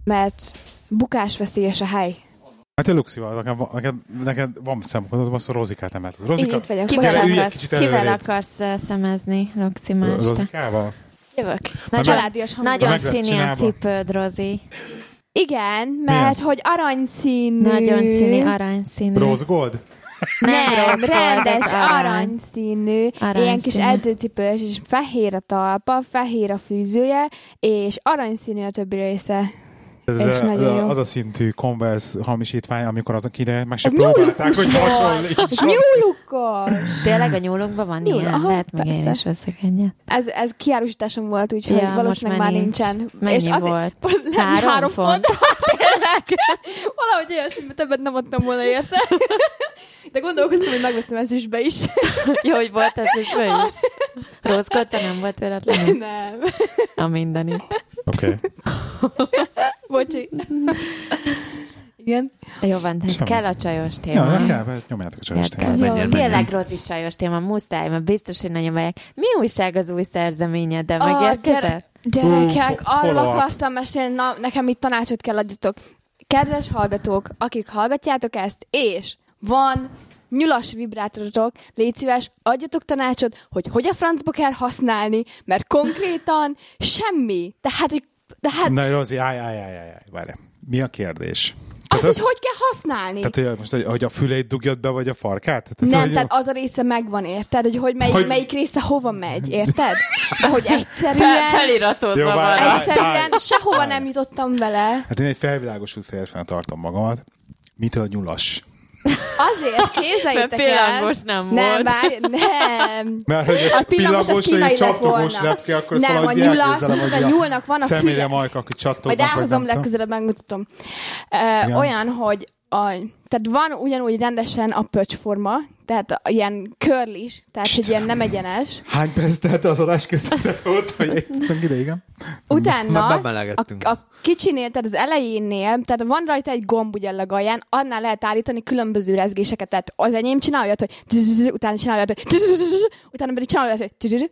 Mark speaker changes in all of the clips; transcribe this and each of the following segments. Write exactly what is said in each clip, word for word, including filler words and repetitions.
Speaker 1: mert bukásveszélyes a hely.
Speaker 2: Hát a Luxival, neked, neked, neked van szempontot, azt a Rozikát emelted. Rozika,
Speaker 1: Én itt vagyok.
Speaker 3: Kivel
Speaker 2: gyere, ülj egy
Speaker 3: akarsz,
Speaker 2: kicsit
Speaker 3: kivel
Speaker 2: előrébb.
Speaker 3: akarsz uh, szemezni, Roxy, ma este?
Speaker 2: Rozikával?
Speaker 1: Jövök.
Speaker 3: Nagyon,
Speaker 1: Családias hangon.
Speaker 3: nagyon
Speaker 2: Meg lesz
Speaker 3: csini a
Speaker 2: csinálva.
Speaker 3: cipőd, Rozi.
Speaker 1: Igen, mert
Speaker 2: Milyen?
Speaker 1: hogy aranyszínű.
Speaker 3: Nagyon csini, aranyszínű.
Speaker 2: Rose Gold?
Speaker 1: Nem,
Speaker 3: rossz volt,
Speaker 1: rendes,
Speaker 3: az arany.
Speaker 1: aranyszínű,
Speaker 3: Aranyszínű.
Speaker 1: ilyen kis edzőcipős, és fehér a talpa, fehér a fűzője, és aranyszínű a többi része.
Speaker 2: Ez
Speaker 1: És
Speaker 2: a,
Speaker 1: nagyon jó.
Speaker 2: az a szintű Converse hamisítvány, amikor azok ide meg se
Speaker 1: Ez
Speaker 2: próbálták,
Speaker 1: nyúlukos
Speaker 2: hogy
Speaker 1: volt.
Speaker 2: hasonlítson.
Speaker 1: Nyúlukos!
Speaker 3: Tényleg a nyúlunkban van
Speaker 1: Nyúl,
Speaker 3: ilyen?
Speaker 1: aha,
Speaker 3: Lehet meg én
Speaker 1: persze.
Speaker 3: is veszek egyet.
Speaker 1: Ez, ez kiárusításom volt, úgyhogy
Speaker 3: Ja,
Speaker 1: ja,
Speaker 3: most
Speaker 1: valószínűleg
Speaker 3: már
Speaker 1: már
Speaker 3: nincs.
Speaker 1: nincsen.
Speaker 3: Mennyi
Speaker 1: és azért,
Speaker 3: volt?
Speaker 1: Lehet,
Speaker 3: Három
Speaker 1: három
Speaker 3: font?
Speaker 1: font. Tényleg. Valahogy olyasmi, többet nem adtam volna érte. De gondolkoztam, hogy megveszem ezüstbe is.
Speaker 3: Jó, hogy volt ez is, vagy? Rózkodta, nem volt véletlenül?
Speaker 1: Nem.
Speaker 3: A mindenit.
Speaker 2: Oké. Okay.
Speaker 1: Bocsi. Igen.
Speaker 3: Jó van, tehát
Speaker 2: Semmi.
Speaker 3: kell a csajos
Speaker 2: Ja,
Speaker 3: téma.
Speaker 2: nem kell, mert nyomjátok a csajos
Speaker 3: Kell.
Speaker 2: témát.
Speaker 3: Jó,
Speaker 4: Menjen,
Speaker 3: tényleg
Speaker 4: menjen.
Speaker 3: Rozi csajos téma, muszáj, mert biztos, hogy nagyon várják. Mi újság az új szerzeményed, de
Speaker 1: Ah,
Speaker 3: megérkezett?
Speaker 1: gyere- Gyerekek,
Speaker 2: Hú,
Speaker 1: arról
Speaker 2: follow up.
Speaker 1: akartam mesélni, na, nekem itt tanácsot kell adjatok. Kedves hallgatók, akik hallgatjátok ezt, és van nyulas vibrátorotok, légy szíves, adjatok tanácsot, hogy hogy a francba kell használni, mert konkrétan semmi. Tehát, hogy tehát
Speaker 2: Na, Rozi, állj, állj, állj, állj, várj. Mi a kérdés?
Speaker 1: az,
Speaker 2: Tehát
Speaker 1: hogy hogy kell használni.
Speaker 2: Tehát, hogy most, hogy a füleit dugjad be, vagy a farkát? Tehát,
Speaker 1: Nem,
Speaker 2: hogy
Speaker 1: tehát az a része megvan, érted? Hogy, hogy, melyik,
Speaker 2: Hogy-
Speaker 1: melyik része hova megy, érted? De hogy egyszerűen,
Speaker 3: Feliratozva
Speaker 2: Jó,
Speaker 3: van.
Speaker 2: várj, várj.
Speaker 1: egyszerűen sehova nem jutottam vele.
Speaker 2: Hát én egy felvilágosult férfinak tartom magamat. Mitől nyulas?
Speaker 1: Azért
Speaker 3: Mert
Speaker 1: képzeljétek el.
Speaker 3: pillangos nem
Speaker 1: Nem,
Speaker 3: volt.
Speaker 1: várj, nem.
Speaker 2: Mert hogy
Speaker 1: A
Speaker 2: egy
Speaker 1: pillangos az
Speaker 2: pillangos, vagy
Speaker 1: kínai
Speaker 2: egy
Speaker 1: lett
Speaker 2: csattogós
Speaker 1: volna.
Speaker 2: lepke, akkor azt
Speaker 1: Nem, a
Speaker 2: valahogy
Speaker 1: nyulas,
Speaker 2: elképzelem, hogy
Speaker 1: a nyúlnak van a
Speaker 2: személye
Speaker 1: füle.
Speaker 2: majka, akik
Speaker 1: Majd
Speaker 2: csattognak, vagy
Speaker 1: elhozom
Speaker 2: nem tudom.
Speaker 1: legközelebb, megmutatom. Uh, olyan, hogy a, tehát van ugyanúgy rendesen a pöcsforma, tehát a, ilyen curlis, tehát egy ilyen nem egyenes.
Speaker 2: Hány perc telt az adás készített ott, hogy értünk ide, igen?
Speaker 1: Utána
Speaker 4: Már
Speaker 1: a,
Speaker 4: bemelegettünk.
Speaker 1: a kicsinél, tehát az elejénél, tehát van rajta egy gomb ugye a legalján, annál lehet állítani különböző rezgéseket, tehát az enyém csinálja olyat, hogy utána csinálja olyat, hogy utána pedig csinálja olyat, hogy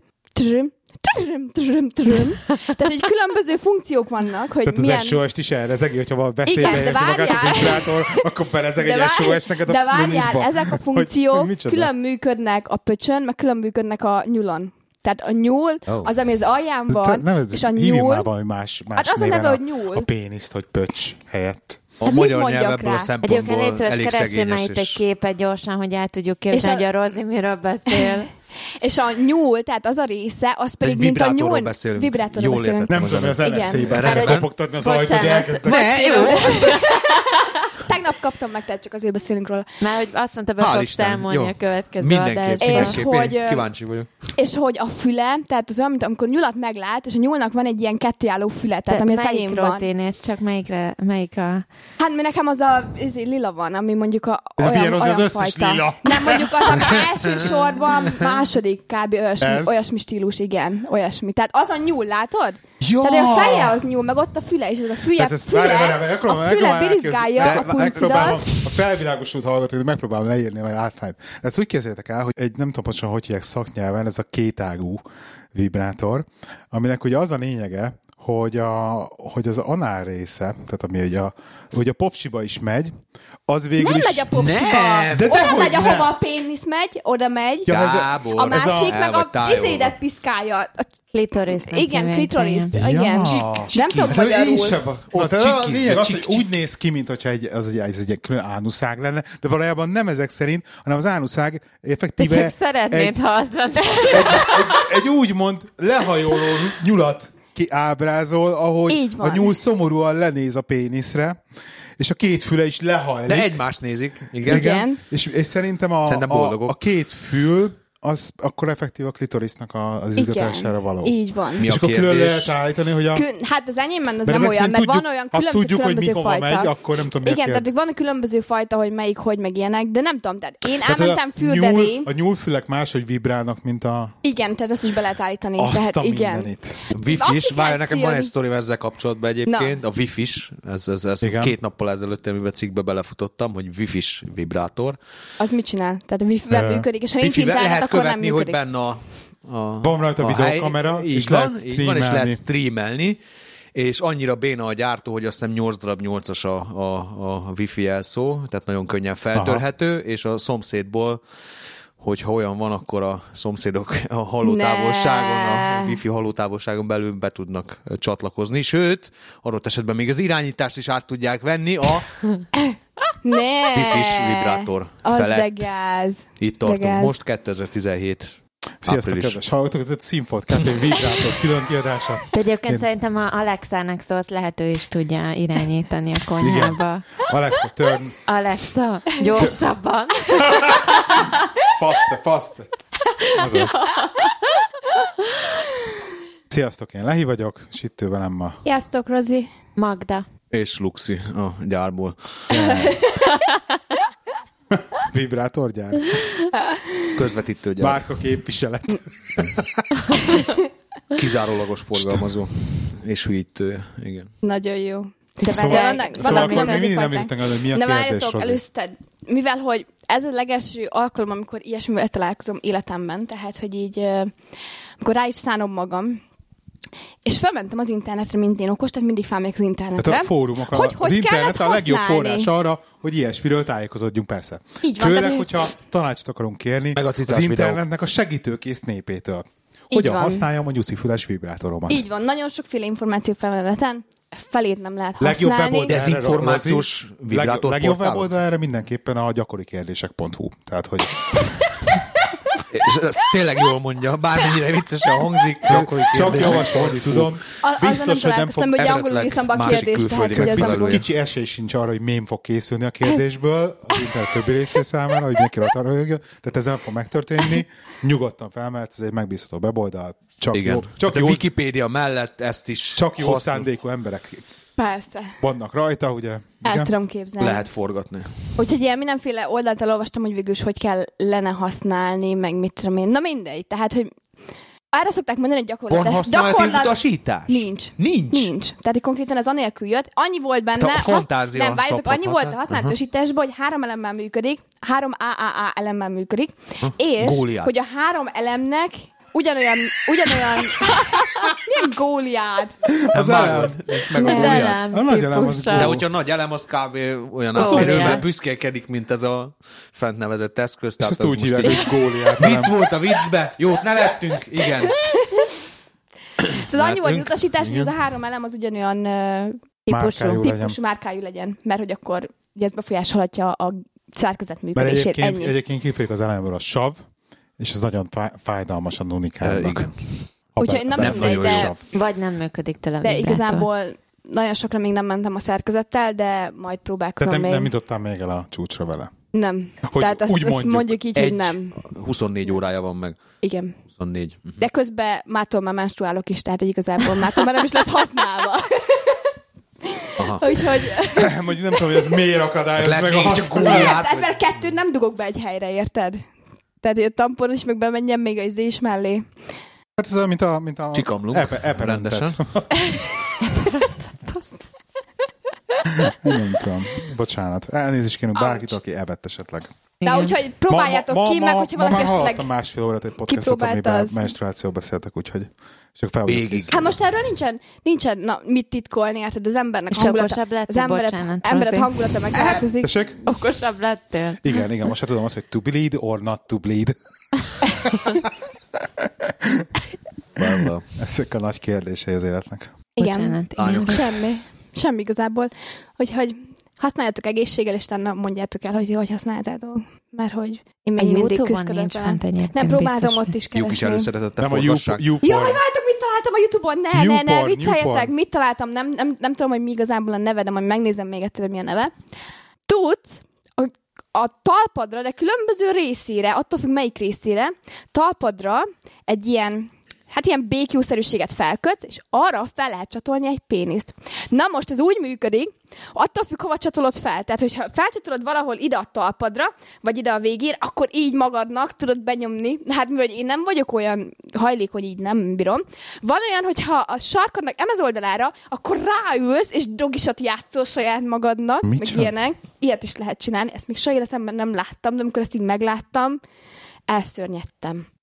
Speaker 1: tehát, hogy különböző funkciók vannak, hogy
Speaker 2: Tehát az
Speaker 1: milyen...
Speaker 2: es o es-t is elrezegi, hogyha valami veszélybe
Speaker 1: Igen, de
Speaker 2: érzi magát a
Speaker 1: várjál.
Speaker 2: vibrátor, akkor berezeg egy
Speaker 1: vár-
Speaker 2: es o es neked a
Speaker 1: de várjál,
Speaker 2: minitba.
Speaker 1: ezek a
Speaker 2: Hogy-
Speaker 1: funkciók
Speaker 2: micsoda?
Speaker 1: külön működnek a pöcsön, meg külön működnek a nyúlon. Tehát a nyúl,
Speaker 4: Oh.
Speaker 1: az, ami az alján
Speaker 2: Te-
Speaker 1: van,
Speaker 2: nevezd-
Speaker 1: és a
Speaker 2: hívjunk
Speaker 1: nyúl...
Speaker 2: már valami más, más
Speaker 1: Hát az a
Speaker 2: néven
Speaker 1: neve, hogy nyúl.
Speaker 2: a péniszt, hogy pöcs helyett.
Speaker 4: A
Speaker 1: Hát mit
Speaker 4: magyar
Speaker 1: mondjak
Speaker 4: nyelv ebből a
Speaker 1: rá?
Speaker 3: Egyébként légy
Speaker 4: szempontból
Speaker 3: szíves,
Speaker 4: elég
Speaker 3: keressél már
Speaker 4: szegényes.
Speaker 3: itt egy
Speaker 4: És...
Speaker 3: képet gyorsan, hogy el tudjuk képzelni,
Speaker 1: És a-
Speaker 3: hogy a Rozi miről beszél.
Speaker 1: És a nyúl, tehát az a része, az pedig
Speaker 4: Egy
Speaker 1: mint a
Speaker 4: vibrátorról
Speaker 1: nyúl...
Speaker 4: beszélünk.
Speaker 1: Vibrátorról
Speaker 4: Jól
Speaker 1: beszélünk.
Speaker 4: értettem.
Speaker 2: Nem tudom, az en es
Speaker 1: Igen.
Speaker 2: szében
Speaker 4: Mert-
Speaker 2: felkopogtatni az ajtót, hogy
Speaker 3: Bocsánat.
Speaker 2: elkezdek.
Speaker 4: Ne, jó.
Speaker 1: Tegnap kaptam meg, tehát csak azért beszélünk róla.
Speaker 3: Már hogy azt mondta, be
Speaker 4: Hál'
Speaker 3: fogsz
Speaker 4: Isten.
Speaker 3: számolni
Speaker 4: Jó.
Speaker 3: a következő
Speaker 4: Mindenképp,
Speaker 3: adásban.
Speaker 1: És
Speaker 4: mindenképp.
Speaker 1: hogy,
Speaker 4: Én
Speaker 1: ö,
Speaker 4: kíváncsi vagyok.
Speaker 1: És hogy a füle, tehát az olyan, mint amikor nyulat meglát, és a nyúlnak van egy ilyen kettéálló füle, tehát ami a
Speaker 3: melyik
Speaker 1: fején van.
Speaker 3: Rozi néz, csak melyikre, melyik a...
Speaker 1: Hát mert nekem az a izé, lila van, ami mondjuk a
Speaker 2: De
Speaker 1: olyan,
Speaker 2: figyelj, Rozi, az
Speaker 1: olyan
Speaker 2: összes
Speaker 1: fajta.
Speaker 2: lila.
Speaker 1: Nem, mondjuk az a első sorban, második kb. Olyasmi,
Speaker 2: Ez?
Speaker 1: olyasmi stílus, igen, olyasmi. Tehát az a nyúl, látod?
Speaker 2: Ja!
Speaker 1: Tehát a feje az nyúl, meg ott a füle, és ez a füle,
Speaker 2: Tehát ezt
Speaker 1: füle
Speaker 2: várjál, várjál, várjál, megpróbálom-
Speaker 1: a füle
Speaker 2: megpróbálom
Speaker 1: birizgálja
Speaker 2: elképzelni.
Speaker 1: a
Speaker 2: De megpróbálom
Speaker 1: puncidat.
Speaker 2: a felvilágosult hallgatók, megpróbálom leírni, vagy átfájt. Tehát ezt úgy képzeljétek el, hogy egy nem tudom pontosan, hogy hívják szaknyelven, ez a kétágú vibrátor, aminek ugye az a lényege, hogy, a, hogy az anál része, tehát ami ugye a, hogy a popsiba is megy, az végül
Speaker 1: Nem
Speaker 2: is...
Speaker 1: megy a popsiba.
Speaker 4: Nem.
Speaker 2: De
Speaker 1: Oda
Speaker 2: dehogy
Speaker 1: megy,
Speaker 2: nem.
Speaker 1: ahova a pénisz megy, oda megy.
Speaker 2: Ja, ez a-
Speaker 4: Gábor,
Speaker 1: A
Speaker 2: ez
Speaker 1: másik
Speaker 4: el
Speaker 1: meg
Speaker 4: vagy
Speaker 1: a
Speaker 4: tájolva.
Speaker 1: izédet piszkálja. A,
Speaker 3: Klitoriszt.
Speaker 1: igen, klitoriszt.
Speaker 2: Ja.
Speaker 1: Igen.
Speaker 2: Csik-
Speaker 1: Nem tudom
Speaker 2: Ez én
Speaker 1: magyarul.
Speaker 2: sem van. Na,
Speaker 4: Ott
Speaker 2: tehát a
Speaker 4: csiki,
Speaker 2: lényeg az,
Speaker 4: csik,
Speaker 2: hogy
Speaker 4: csik.
Speaker 2: úgy néz ki, mint hogyha egy, az egy, ez egy külön ánuszág lenne, de valójában nem ezek szerint, hanem az ánuszág
Speaker 3: Te
Speaker 2: effektíve
Speaker 3: csak szeretnéd,
Speaker 2: egy,
Speaker 3: ha az lenne.
Speaker 2: egy, egy, egy úgymond lehajoló nyulat kiábrázol, ahogy
Speaker 1: Így van.
Speaker 2: a nyúl szomorúan lenéz a péniszre, és a két füle is lehajlik.
Speaker 4: De egymást nézik. Igen.
Speaker 1: Igen.
Speaker 2: És, és szerintem a,
Speaker 4: Szerintem
Speaker 2: a,
Speaker 4: boldogok.
Speaker 2: a két fül az akkor effektív a klitorisznak a, az izgatására való.
Speaker 1: Így van.
Speaker 4: Mi
Speaker 2: És
Speaker 4: a
Speaker 2: akkor külön
Speaker 4: kérdés?
Speaker 2: lehet állítani, hogy a...
Speaker 1: Kül, hát az enyémben az
Speaker 2: Mert
Speaker 1: nem
Speaker 2: ezek
Speaker 1: olyan,
Speaker 2: szerint
Speaker 1: mert
Speaker 2: tudjuk-
Speaker 1: van olyan
Speaker 2: ha
Speaker 1: különböző,
Speaker 2: tudjuk, hogy mi
Speaker 1: különböző
Speaker 2: hova
Speaker 1: fajta.
Speaker 2: megy, akkor nem tudom, miért
Speaker 1: Igen,
Speaker 2: kérd-
Speaker 1: tehát van különböző fajta, hogy melyik, hogy meg ilyenek, de nem tudom, tehát én
Speaker 2: Tehát
Speaker 1: elmentem
Speaker 2: a nyúl,
Speaker 1: fürdeni.
Speaker 2: a nyúlfülek máshogy vibrálnak, mint a...
Speaker 1: Igen, tehát ezt is be lehet állítani.
Speaker 2: Azt
Speaker 1: tehát
Speaker 2: a
Speaker 1: igen.
Speaker 2: mindenit.
Speaker 4: Wifi-s, várj, nekem van egy
Speaker 1: Applikáció.
Speaker 4: sztori ezzel kapcsolatban egyébként, a Wifi-s, ez, ez, ez
Speaker 2: Igen.
Speaker 4: két nappal ezelőtt, amiben cikkbe belefutottam, hogy Wifi-s vibrátor.
Speaker 1: Az mit csinál? Tehát a wifi-ben
Speaker 2: Ö,
Speaker 1: működik, és ha nincs
Speaker 4: Wifi-vel
Speaker 1: internet,
Speaker 4: lehet
Speaker 1: akkor nem
Speaker 4: követni, hogy
Speaker 1: működik.
Speaker 4: benne a, a
Speaker 2: Van rajta
Speaker 4: a
Speaker 2: videókamera,
Speaker 4: hely-
Speaker 2: és
Speaker 4: így
Speaker 2: lehet
Speaker 4: van, így van, és
Speaker 2: streamelni.
Speaker 4: lehet streamelni, és annyira béna a gyártó, hogy azt hiszem nyolc darab nyolcas a, a, a wifi jelszó, tehát nagyon könnyen feltörhető, aha. és a szomszédból, hogyha olyan van, akkor a szomszédok a hallótávolságon, a wifi hallótávolságon belül be tudnak csatlakozni, sőt, adott esetben még az irányítást is át tudják venni a
Speaker 1: ne.
Speaker 4: Wifi-s vibrátor felett.
Speaker 1: Az de gáz.
Speaker 4: Itt tartunk. Most kétezer-tizenhét
Speaker 2: Sziasztok,
Speaker 4: április.
Speaker 2: kedves hallgatók, ez egy Színfolt kettő vibrátor külön kiadása.
Speaker 3: De egyébként
Speaker 2: Én...
Speaker 3: szerintem a Alexának szólsz, lehet ő is tudja irányítani a konyhába.
Speaker 2: Alexa, turn.
Speaker 3: Alexa, gyorsabban.
Speaker 2: Faste, faste. Azaz. Sziasztok, én Lehi vagyok, és itt ő velem ma.
Speaker 1: Sziasztok, Rozi.
Speaker 3: Magda.
Speaker 4: És Luxi a gyárból.
Speaker 2: Vibrátorgyár.
Speaker 4: Közvetítőgyár.
Speaker 2: Márka képviselet.
Speaker 4: Kizárólagos forgalmazó. És hűítő, igen.
Speaker 1: Nagyon jó.
Speaker 3: De
Speaker 2: Szóval,
Speaker 3: várj,
Speaker 1: vannak-
Speaker 2: szóval
Speaker 1: vannak
Speaker 2: akkor mi
Speaker 1: nem
Speaker 2: mindig nem
Speaker 1: ezek
Speaker 2: jutottunk el, hogy mi a
Speaker 1: Na
Speaker 2: kérdés,
Speaker 1: várjatok,
Speaker 2: Rozi.
Speaker 1: először, mivel hogy ez a legelső alkalom, amikor ilyesmivel találkozom életemben, tehát, hogy így, uh, amikor rá is szánom magam, és felmentem az internetre, mint én okos, tehát mindig felmegyek az internetre.
Speaker 2: Hát a fórumok, a,
Speaker 1: Hogy-
Speaker 2: az
Speaker 1: hogy kell
Speaker 2: internet
Speaker 1: ezt
Speaker 2: a legjobb
Speaker 1: használni?
Speaker 2: forrás arra, hogy ilyesmiről tájékozódjunk, persze.
Speaker 1: Így van,
Speaker 2: Főleg,
Speaker 1: tehát-
Speaker 2: hogyha tanácsot akarunk kérni
Speaker 4: Meg a
Speaker 2: az
Speaker 4: cicás
Speaker 2: internetnek a segítőkész népétől. Hogyan
Speaker 1: van.
Speaker 2: használjam a nyuszifüles vibrátoromat.
Speaker 1: Így van, nagyon sokféle információ fel van a neten, felét nem lehet
Speaker 2: Legjobb
Speaker 1: használni.
Speaker 2: weboldal erre,
Speaker 4: Dezinformációs
Speaker 2: Rozi.
Speaker 4: vibrátor
Speaker 2: Leg, Legjobb
Speaker 4: portálon?
Speaker 2: weboldal erre mindenképpen a gyakorikérdések pont hu. Tehát, hogy
Speaker 4: És ezt tényleg jól mondja, bármennyire viccesen hangzik. Gyakori
Speaker 2: csak
Speaker 4: kérdések.
Speaker 2: javasolni tudom.
Speaker 1: A- azzal
Speaker 2: Biztos, hogy nem fog
Speaker 1: találkoztam, hogy angolul
Speaker 4: esetleg
Speaker 1: írtam be a
Speaker 4: másik
Speaker 1: kérdést, tehát,
Speaker 4: külföldi
Speaker 1: hogy ez
Speaker 4: megfelelője.
Speaker 1: angol.
Speaker 2: Kicsi esély sincs arra, hogy mém fog készülni a kérdésből az internet többi részé számára, hogy mindenki rajta röhögjön. Tehát ez nem fog megtörténni. Nyugodtan felmehetsz, ez egy megbízható weboldal. Csak
Speaker 4: Igen.
Speaker 2: jó, csak
Speaker 4: Hát
Speaker 2: jó,
Speaker 4: a Wikipédia mellett ezt is
Speaker 2: csak jó
Speaker 4: használ-
Speaker 2: szándékú emberek
Speaker 1: Persze,
Speaker 2: vannak rajta, ugye?
Speaker 1: el
Speaker 2: Igen?
Speaker 1: tudom képzelni.
Speaker 4: lehet forgatni.
Speaker 1: Úgyhogy ilyen mindenféle oldalt elolvastam, hogy végül is hogy kellene használni, meg mit tudom én. Na mindegy, tehát, hogy arra szokták mondani, hogy gyakorlat.
Speaker 4: Van
Speaker 1: ez
Speaker 4: használati
Speaker 1: gyakorlat-
Speaker 4: utasítás?
Speaker 1: Nincs.
Speaker 4: Nincs?
Speaker 1: Nincs. Tehát hogy konkrétan ez anélkül jött. Annyi volt benne,
Speaker 4: Te a fantázia
Speaker 1: nem, várjatok, annyi
Speaker 4: szabhathat
Speaker 1: volt a
Speaker 4: el.
Speaker 1: használatosításban, hogy három elemmel működik, három á á á elemmel működik, és
Speaker 4: Góliát.
Speaker 1: hogy a három elemnek ugyanolyan, ugyanolyan, milyen góliát?
Speaker 2: Az
Speaker 4: Nem
Speaker 2: elem.
Speaker 4: vágod? Nincs meg a
Speaker 3: Az
Speaker 4: góliát?
Speaker 3: elem
Speaker 2: A nagy elem az
Speaker 3: típusa.
Speaker 2: gól.
Speaker 4: De hogyha nagy elem, az kb. Olyan,
Speaker 3: Azt
Speaker 4: amiről
Speaker 3: tudják.
Speaker 4: büszkélkedik, mint ez a fent nevezett eszköz.
Speaker 2: És
Speaker 4: Tehát
Speaker 2: ezt
Speaker 4: ez
Speaker 2: úgy
Speaker 4: most
Speaker 2: hívják,
Speaker 4: így-
Speaker 2: hogy góliát.
Speaker 4: Vicc volt a viccbe, jót nevettünk, igen.
Speaker 1: Tehát annyi volt az
Speaker 4: Lehetünk.
Speaker 1: utasítás, hogy ez
Speaker 4: Igen.
Speaker 1: a három elem az ugyanolyan uh,
Speaker 3: Típusú.
Speaker 2: Márkájú legyen.
Speaker 1: típusú márkájú legyen, mert hogy akkor ugye ez befolyásolhatja a szerkezet
Speaker 2: Mert
Speaker 1: működését.
Speaker 2: egyébként,
Speaker 1: Ennyi.
Speaker 2: egyébként kifolyik az elemből a sav, és ez nagyon fáj, fájdalmasan
Speaker 4: Ö,
Speaker 2: unikálnak.
Speaker 4: igen.
Speaker 2: Ha
Speaker 1: Úgyhogy
Speaker 2: be-
Speaker 1: nem
Speaker 2: be-
Speaker 1: mindegy,
Speaker 2: nagyon
Speaker 1: de-
Speaker 2: sav.
Speaker 3: Vagy nem működik tőle a
Speaker 1: De
Speaker 3: vibrátor.
Speaker 1: igazából nagyon sokra még nem mentem a szerkezettel, de majd próbálkozom
Speaker 2: Tehát nem,
Speaker 1: még.
Speaker 2: nem jutottál még el a csúcsra vele.
Speaker 1: Nem.
Speaker 2: Hogy
Speaker 1: Tehát azt,
Speaker 2: úgy
Speaker 1: azt
Speaker 2: mondjuk.
Speaker 1: mondjuk így,
Speaker 4: Egy
Speaker 1: hogy nem.
Speaker 4: huszonnégy órája van meg.
Speaker 1: Igen.
Speaker 4: huszonnégy. Mhm.
Speaker 1: De közben mától már menstruálok is, tehát hogy igazából mától már nem is lesz használva.
Speaker 4: Aha.
Speaker 1: Úgyhogy...
Speaker 2: Mondjuk nem tudom, hogy ez miért akadályoz
Speaker 4: Lehet
Speaker 2: meg a
Speaker 4: még csak
Speaker 2: használat.
Speaker 4: góliát.
Speaker 1: Tehát mert kettőt nem dugok be egy helyre, érted? Tehát, hogy a tampon is meg bemenjen még a izé is mellé.
Speaker 2: Hát ez olyan, mint a... Mint a
Speaker 4: Csikamlunk.
Speaker 2: epe, epe
Speaker 4: Rendesen.
Speaker 2: Nem tudom. Bocsánat. Elnézést kérünk
Speaker 1: Ouch.
Speaker 2: bárkit, aki evett esetleg.
Speaker 1: De
Speaker 3: Igen.
Speaker 1: úgyhogy próbáljátok
Speaker 2: ma, ma,
Speaker 1: ki,
Speaker 2: ma,
Speaker 1: meg hogyha
Speaker 2: ma,
Speaker 1: valaki
Speaker 2: ma
Speaker 1: esetleg...
Speaker 2: hallottam másfél órát egy podcastot,
Speaker 1: kipróbálta,
Speaker 2: amiben
Speaker 1: az-
Speaker 2: menstruációt beszéltek, úgyhogy csak fel vagyok
Speaker 4: Végig.
Speaker 2: készülve.
Speaker 1: Hát most erről nincsen, nincsen na, mit titkolni, érted? Az embernek
Speaker 3: És
Speaker 1: hangulata...
Speaker 3: okosabb lettél,
Speaker 1: Az emberet,
Speaker 3: bocsánat,
Speaker 1: emberet
Speaker 3: Rozi.
Speaker 1: hangulata megváltozik.
Speaker 2: Tessék?
Speaker 3: Okosabb lettél.
Speaker 2: Igen, igen, most hát tudom azt, hogy to bleed or not to bleed.
Speaker 4: Well, well.
Speaker 2: Ezek a nagy kérdései az életnek.
Speaker 1: Igen.
Speaker 3: Bocsánat, igen.
Speaker 4: Lányok.
Speaker 1: Semmi. Semmi igazából. Úgyhogy használjátok egészséggel, és utána mondjátok el, hogy hogy használtátok. Mert hogy én
Speaker 3: A
Speaker 1: még mindig
Speaker 3: YouTube-on
Speaker 1: küzdök
Speaker 3: nincs
Speaker 1: vele.
Speaker 3: fent egyébként.
Speaker 1: Nem próbáltam
Speaker 3: biztos,
Speaker 1: ott is
Speaker 4: Lyuk is
Speaker 1: keresni.
Speaker 4: előszeretettel
Speaker 2: Nem a
Speaker 4: forgassák.
Speaker 2: YouPorn.
Speaker 1: Jaj, várjátok, mit találtam a YouTube-on? Ne, ne, ne,
Speaker 2: Newporn,
Speaker 1: vicceljetek,
Speaker 2: Newporn.
Speaker 1: mit találtam? Nem, nem, nem tudom, hogy mi igazából a neve, de majd megnézem még egyszer, hogy mi a neve. Tudsz a, a talpadra, de különböző részére, attól függ melyik részére, talpadra egy ilyen, hát ilyen bé kú-szerűséget felkötsz, és arra fel lehet csatolni egy péniszt. Na most ez úgy működik, attól függ, hova csatolod fel. Tehát, hogyha felcsatolod valahol ide a talpadra, vagy ide a végére, akkor így magadnak tudod benyomni. Hát mivel én nem vagyok olyan hajlék, hogy így nem bírom. Van olyan, hogyha a sarkodnak emez oldalára, akkor ráülsz, és dogisat játszol saját magadnak, meg
Speaker 2: Micsoda?
Speaker 1: ilyenek. Ilyet is lehet csinálni. Ezt még soha életemben nem láttam, de amikor ezt így megláttam, elszörnyedtem.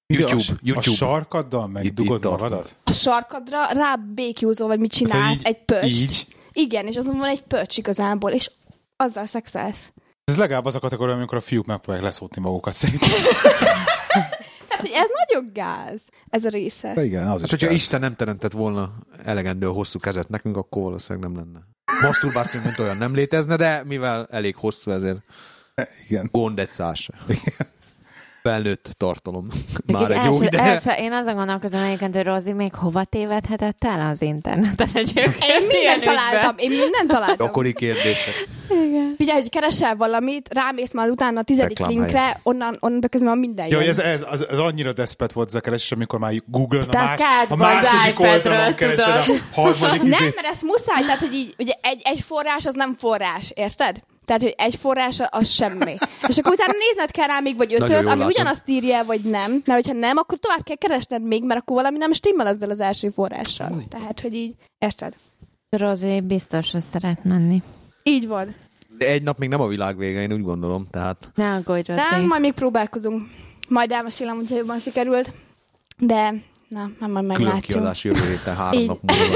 Speaker 4: YouTube,
Speaker 2: a,
Speaker 4: YouTube.
Speaker 2: A sarkaddal megdugod magadat?
Speaker 1: A sarkadra rá békjúzol, vagy mit csinálsz,
Speaker 2: szóval így,
Speaker 1: egy pöst.
Speaker 2: Így?
Speaker 1: Igen, és azon van egy pöcs igazából, és azzal szexelsz.
Speaker 2: Ez legalább az a kategória, amikor a fiúk megpróbálják leszódni magukat szerintem.
Speaker 1: Tehát, hogy ez nagyon gáz, ez a része.
Speaker 2: De igen, az
Speaker 4: Hát,
Speaker 2: is
Speaker 4: hogyha
Speaker 2: gáz.
Speaker 4: Isten nem teremtett volna elegendő hosszú kezet nekünk, akkor valószínűleg nem lenne. Masturbáció, mint olyan nem létezne, de mivel elég hosszú, ezért
Speaker 2: Igen.
Speaker 4: gond egy szás. Felnőtt tartalom. Már
Speaker 3: Igen,
Speaker 4: egy jó
Speaker 3: első,
Speaker 4: ideje.
Speaker 3: első, én azon gondolkozom egyébként, hogy Rozi még hova tévedhetett el az interneten egyébként.
Speaker 1: Én mindent találtam, én mindent találtam.
Speaker 4: Gyakori kérdések.
Speaker 3: Igen.
Speaker 1: Figyelj, hogy keresel valamit, rámész már utána a tizedik
Speaker 4: Reklámhelyen.
Speaker 1: linkre, onnan, onnan kezdve már minden
Speaker 2: Ja,
Speaker 1: jön.
Speaker 2: hogy ez, ez, az, az annyira despet volt ez a keresés, amikor már Google-n a,
Speaker 3: Te a
Speaker 2: má- a
Speaker 3: kádban
Speaker 2: második
Speaker 3: az
Speaker 2: oldalon
Speaker 3: iPadről,
Speaker 2: keresed a
Speaker 3: tudod.
Speaker 2: harmadik
Speaker 1: Nem,
Speaker 2: izé.
Speaker 1: mert ezt muszáj, tehát, hogy így, ugye egy, egy forrás az nem forrás, érted? Tehát, hogy egy forrás az semmi. És akkor utána nézned kell rá még vagy
Speaker 4: Nagyon
Speaker 1: ötöt,
Speaker 4: jól
Speaker 1: ami
Speaker 4: látod.
Speaker 1: ugyanazt írja, vagy nem. Mert hogyha nem, akkor tovább kell keresned még, mert akkor valami nem stimmel ezzel az első forrással. Tehát, hogy így, érted?
Speaker 3: Rozi biztos, hogy szeret menni.
Speaker 1: Így van.
Speaker 4: De egy nap még nem a világ vége, én úgy gondolom, tehát
Speaker 3: Ne aggódj, Rozi.
Speaker 1: Nem, majd még próbálkozunk. Majd elmesélem, hogyha jobban sikerült. De, na, már majd
Speaker 4: külön
Speaker 1: meglátjuk.
Speaker 4: kiadás jövő héten három
Speaker 1: Így.
Speaker 4: nap múlva.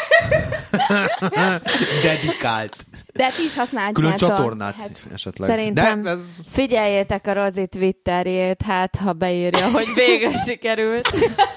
Speaker 4: Dedikált.
Speaker 1: De ti is használjátok.
Speaker 4: Külön csatornát
Speaker 1: Hát,
Speaker 4: esetleg.
Speaker 3: Szerintem
Speaker 4: De ez
Speaker 3: figyeljétek a Rozi Twitterjét, hát ha beírja, hogy végre sikerült.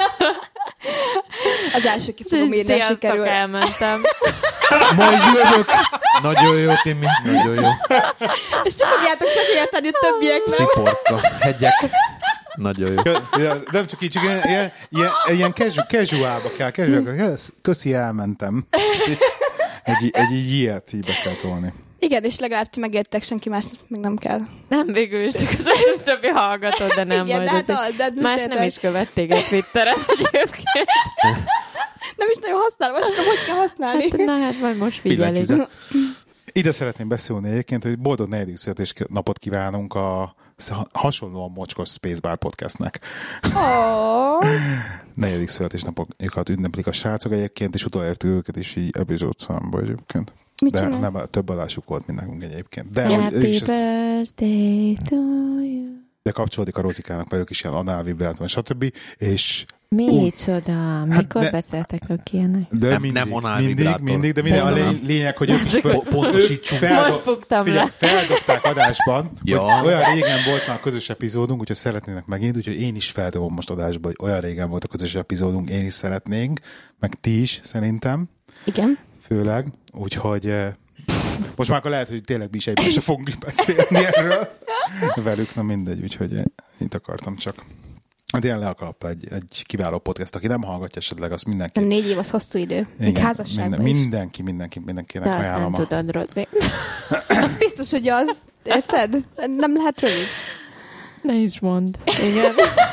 Speaker 1: az első ki fogom írni,
Speaker 3: Sziasztok,
Speaker 1: sikerül.
Speaker 3: elmentem.
Speaker 4: majd jövök. Nagyon jó, Timi. Nagyon jó.
Speaker 1: És ti fogjátok csak érteni, a többiek nem.
Speaker 4: Sziporka. Hegyek. Nagyon jó.
Speaker 2: Ja, nem csak így, csak ilyen, ilyen, ilyen, ilyen casual, casualba kell, casualba kell. Köszi, elmentem. Egy, egy, egy, egy ilyet így be kell tolni.
Speaker 1: Igen, és legalább ti megértek, senki más meg nem kell.
Speaker 3: Nem, végül is csak az összes többi hallgatod, de nem
Speaker 1: Igen,
Speaker 3: majd.
Speaker 1: de hát
Speaker 3: az,
Speaker 1: az, de hát most
Speaker 3: más
Speaker 1: érted.
Speaker 3: nem is követték a Twitteren egyébként.
Speaker 1: Nem is nagyon használom, most tudom, hogy kell használni.
Speaker 3: Hát, na hát majd most figyelik.
Speaker 4: Billentyűzet.
Speaker 2: Ide szeretném beszélni egyébként, hogy boldog negyedik születésnapot kívánunk a hasonlóan mocskos Spacebar podcastnek.
Speaker 1: Oh.
Speaker 2: Negyedik születésnapokat ünneplik a srácok egyébként, és utolértük őket is így epizódszámba egyébként.
Speaker 1: Mit
Speaker 2: De
Speaker 1: csinálsz?
Speaker 2: nem, több adásuk volt, mint nekünk egyébként. De,
Speaker 1: Ja,
Speaker 2: hogy ők
Speaker 3: Happy
Speaker 2: is ez,
Speaker 3: birthday to you.
Speaker 2: de kapcsolódik a Rozikának, vagy ők is ilyen análvibrátor, stb. És
Speaker 3: Micsoda? Mikor
Speaker 2: de-
Speaker 3: beszéltek ilyenek?
Speaker 2: de
Speaker 4: Nem-
Speaker 2: mindig,
Speaker 4: nem anál
Speaker 2: mindig,
Speaker 4: vibrátor.
Speaker 2: mindig, de minden a
Speaker 4: Nem.
Speaker 2: lény- lényeg, hogy ők is föl,
Speaker 4: Po- pontosítsunk.
Speaker 2: ők feldob-
Speaker 3: Most fogtam
Speaker 2: figyelj,
Speaker 3: le.
Speaker 2: feldobták adásban,
Speaker 4: Ja.
Speaker 2: hogy olyan régen volt már a közös epizódunk, úgyhogy szeretnének megint, úgyhogy én is feldobom most adásban, hogy olyan régen volt a közös epizódunk, én is szeretnénk, meg ti is szerintem,
Speaker 1: Igen.
Speaker 2: főleg, úgyhogy eh, most már akkor lehet, hogy tényleg mi is egyben se fogunk beszélni erről velük, na mindegy, úgyhogy én itt akartam csak. Hát ilyen le a kalappa egy, egy kiváló podcast, aki nem hallgatja esetleg, azt mindenki.
Speaker 1: De négy év az hosszú idő. Még
Speaker 2: Igen,
Speaker 1: házasságban
Speaker 2: minden,
Speaker 1: is.
Speaker 2: mindenki, mindenki, mindenkinek
Speaker 3: De azt
Speaker 2: ajánlom.
Speaker 3: nem
Speaker 2: a-
Speaker 3: tudod, Rozi.
Speaker 1: Biztos, hogy az. Érted? Nem lehet rövid.
Speaker 3: Ne is mondd. Igen.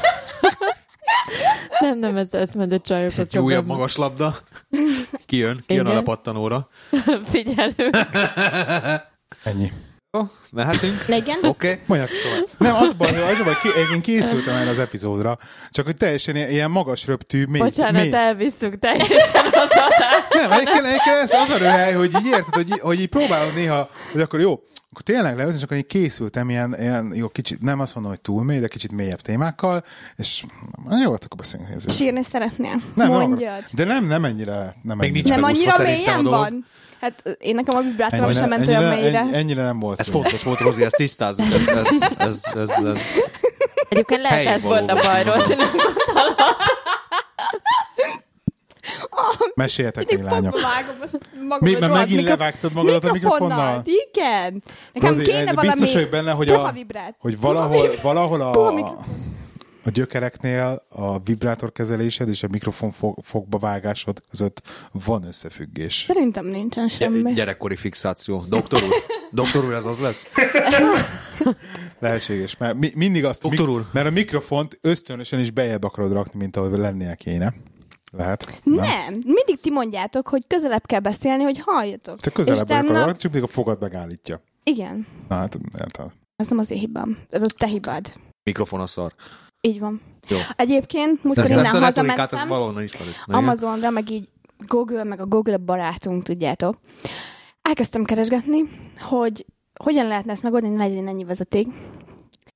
Speaker 3: Nem, nem, ez, ez majd a csajokat
Speaker 4: Egy
Speaker 3: csak
Speaker 4: újabb
Speaker 3: nem-
Speaker 4: magas labda. Kijön, kijön a
Speaker 3: Igen.
Speaker 4: lepattanóra.
Speaker 3: Figyelünk.
Speaker 2: Ennyi.
Speaker 4: Jó, mehetünk?
Speaker 1: Igen?
Speaker 4: Oké. Okay.
Speaker 2: Mondjátok tovább. Nem, az baj, az baj, ki, én készültem el az epizódra, csak hogy teljesen ilyen, ilyen magas röptű, mély.
Speaker 3: Bocsánat,
Speaker 2: mély.
Speaker 3: elvisszük teljesen az adást.
Speaker 2: Nem, egyébként, egyébként ez az a röhely, hogy így érted, hogy, így- hogy így próbálod néha, hogy akkor jó, akkor tényleg leülni, és akkor így készültem ilyen, ilyen, jó, kicsit, nem azt mondom, hogy túl mély, de kicsit mélyebb témákkal, és na, jó, akkor beszélünk. Ez-
Speaker 1: Sírni szeretnél?
Speaker 2: Nem, nem
Speaker 1: Mondjad.
Speaker 2: akarok. De nem, nem ennyire. Nem,
Speaker 4: Még
Speaker 2: ennyire.
Speaker 4: nincs
Speaker 1: Nem
Speaker 4: megúszva
Speaker 1: annyira
Speaker 4: szerintem
Speaker 1: mélyen
Speaker 4: a dolog.
Speaker 1: van? Hát én nekem a vibrátor
Speaker 2: Ennyire-
Speaker 1: sem ment olyan
Speaker 2: ennyire-
Speaker 1: mélyre.
Speaker 2: ennyire- Ennyire nem volt.
Speaker 4: Ez fontos volt, Rozi, ezt tisztázzuk. Ez, ez, ez, ez, ez.
Speaker 3: Egyébként lehet
Speaker 4: Helyén
Speaker 3: ez volt a
Speaker 4: való.
Speaker 3: baj, Rozi. Nem
Speaker 2: Meséljetek még,
Speaker 1: Mindig
Speaker 2: lányok.
Speaker 1: fogva vágom azt magamat.
Speaker 2: Mi, mert
Speaker 1: rohadt
Speaker 2: megint
Speaker 1: mikro-
Speaker 2: levágtad magadat a mikrofonnal?
Speaker 1: Igen. Nekem
Speaker 2: Rozi,
Speaker 1: kéne
Speaker 2: de
Speaker 1: valami
Speaker 2: biztos vagyok benne, hogy,
Speaker 1: puha
Speaker 2: a,
Speaker 1: vibrát.
Speaker 2: hogy valahol, valahol
Speaker 1: Puha
Speaker 2: a,
Speaker 1: mikrofon.
Speaker 2: a gyökereknél a vibrátorkezelésed és a mikrofon fog, fogba vágásod között van összefüggés.
Speaker 1: Szerintem nincsen semmi.
Speaker 4: Gyerekkori fixáció. Doktor úr. Doktor úr, ez az lesz?
Speaker 2: Lehetséges, mert mi, mindig azt,
Speaker 4: Doktor úr.
Speaker 2: mert a mikrofont ösztönösen is bejebb akarod rakni, mint ahogy lennie kéne. Lehet?
Speaker 1: Nem. Mindig ti mondjátok, hogy közelebb kell beszélni, hogy halljatok.
Speaker 2: Te közelebb
Speaker 1: És
Speaker 2: akarod
Speaker 1: utána-
Speaker 2: rakni, csak mindig a fogad megállítja.
Speaker 1: Igen.
Speaker 2: Na hát, érted.
Speaker 1: Ez nem az én hibám. Ez a te hibád.
Speaker 4: Mikrofon a szar.
Speaker 1: Így van.
Speaker 4: Jó.
Speaker 1: Egyébként, múltkor
Speaker 4: Ezt,
Speaker 1: innen
Speaker 4: ezt a retorikát, ez
Speaker 1: hazamentem,
Speaker 4: valahonnan ismerős. Na, igen.
Speaker 1: Amazonra, meg így Google, meg a Google barátunk, tudjátok. Elkezdtem keresgetni, hogy hogyan lehetne ezt megoldani, hogy legyen ennyi vezeték.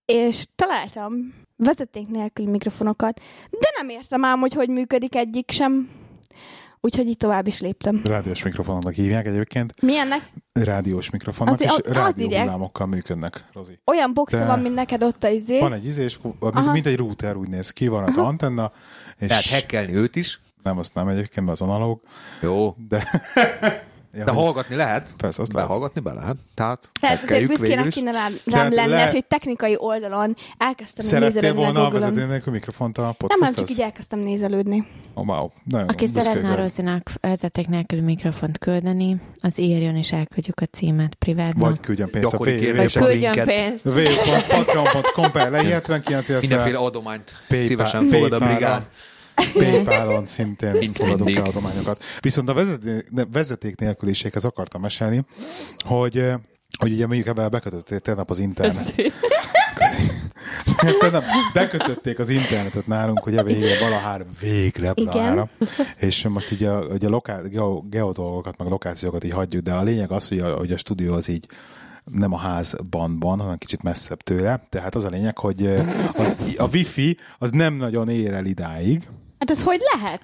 Speaker 1: és találtam vezeték nélküli mikrofonokat, de nem értem ám, hogy hogy működik egyik sem. Úgyhogy így tovább is léptem.
Speaker 2: Rádiós mikrofonnak hívják egyébként.
Speaker 1: Milyennek?
Speaker 2: Rádiós mikrofonnak,
Speaker 1: Azért,
Speaker 2: és
Speaker 1: az
Speaker 2: rádióhullámokkal működnek, Rozi.
Speaker 1: Olyan boxa
Speaker 2: De
Speaker 1: van, mint neked ott a izé.
Speaker 2: Van egy izés, mint, mint egy router úgy néz ki, van az antenna, és
Speaker 4: Tehát hackelni őt is.
Speaker 2: nem, azt nem egyébként, mert az analóg.
Speaker 4: Jó.
Speaker 2: De, ja,
Speaker 4: De hallgatni lehet.
Speaker 2: Persze, azt lehet.
Speaker 4: Behallgatni be lehet. Tehát
Speaker 1: Tehát azért
Speaker 4: hackeljük
Speaker 1: büszkének
Speaker 4: végül is.
Speaker 1: kéne rám,
Speaker 2: De
Speaker 1: rám lenned,
Speaker 2: le-
Speaker 1: hogy technikai oldalon elkezdtem
Speaker 2: szerettél
Speaker 1: nézelődni a
Speaker 2: volna a
Speaker 1: Google-on.
Speaker 2: vezető nélkül mikrofont a
Speaker 1: Nem, nem,
Speaker 2: podcasthez?
Speaker 1: csak így elkezdtem nézelődni.
Speaker 2: Oh, wow. Nagyon
Speaker 3: Aki
Speaker 2: büszke
Speaker 3: szeretne a
Speaker 2: vagy.
Speaker 3: Rozinak vezeték nélküli mikrofont küldeni, az írjon és elküldjük a címet privátban.
Speaker 2: Vagy küldjön pénzt a
Speaker 4: Gyakori
Speaker 2: www
Speaker 4: kérdés.
Speaker 3: Vagy
Speaker 4: a
Speaker 3: küldjön
Speaker 4: linket.
Speaker 3: pénzt.
Speaker 2: www pont patreon pont com per lei hetvenkilenc, illetve
Speaker 4: Mindenféle adományt
Speaker 2: PayPal-
Speaker 4: szívesen fogad a
Speaker 2: PayPal-ra.
Speaker 4: brigád.
Speaker 2: PayPal-on szintén
Speaker 4: Mint
Speaker 2: fogadunk
Speaker 4: mindig.
Speaker 2: el adományokat. Viszont a vezeték, vezeték nélküliséghez akartam mesélni, hogy, eh, hogy ugye mondjuk ebben bekötötték tegnap az internet. Köszi. Tegnap bekötötték az internetet nálunk, ugye végre valahár végre valahára. És most így a, ugye a lokál, geo, geodolgokat, meg lokációkat így hagyjuk, de a lényeg az, hogy a, hogy a stúdió az így nem a házban van, hanem kicsit messzebb tőle. Tehát az a lényeg, hogy az, a wifi az nem nagyon ér el idáig.
Speaker 1: Hát ez hogy lehet?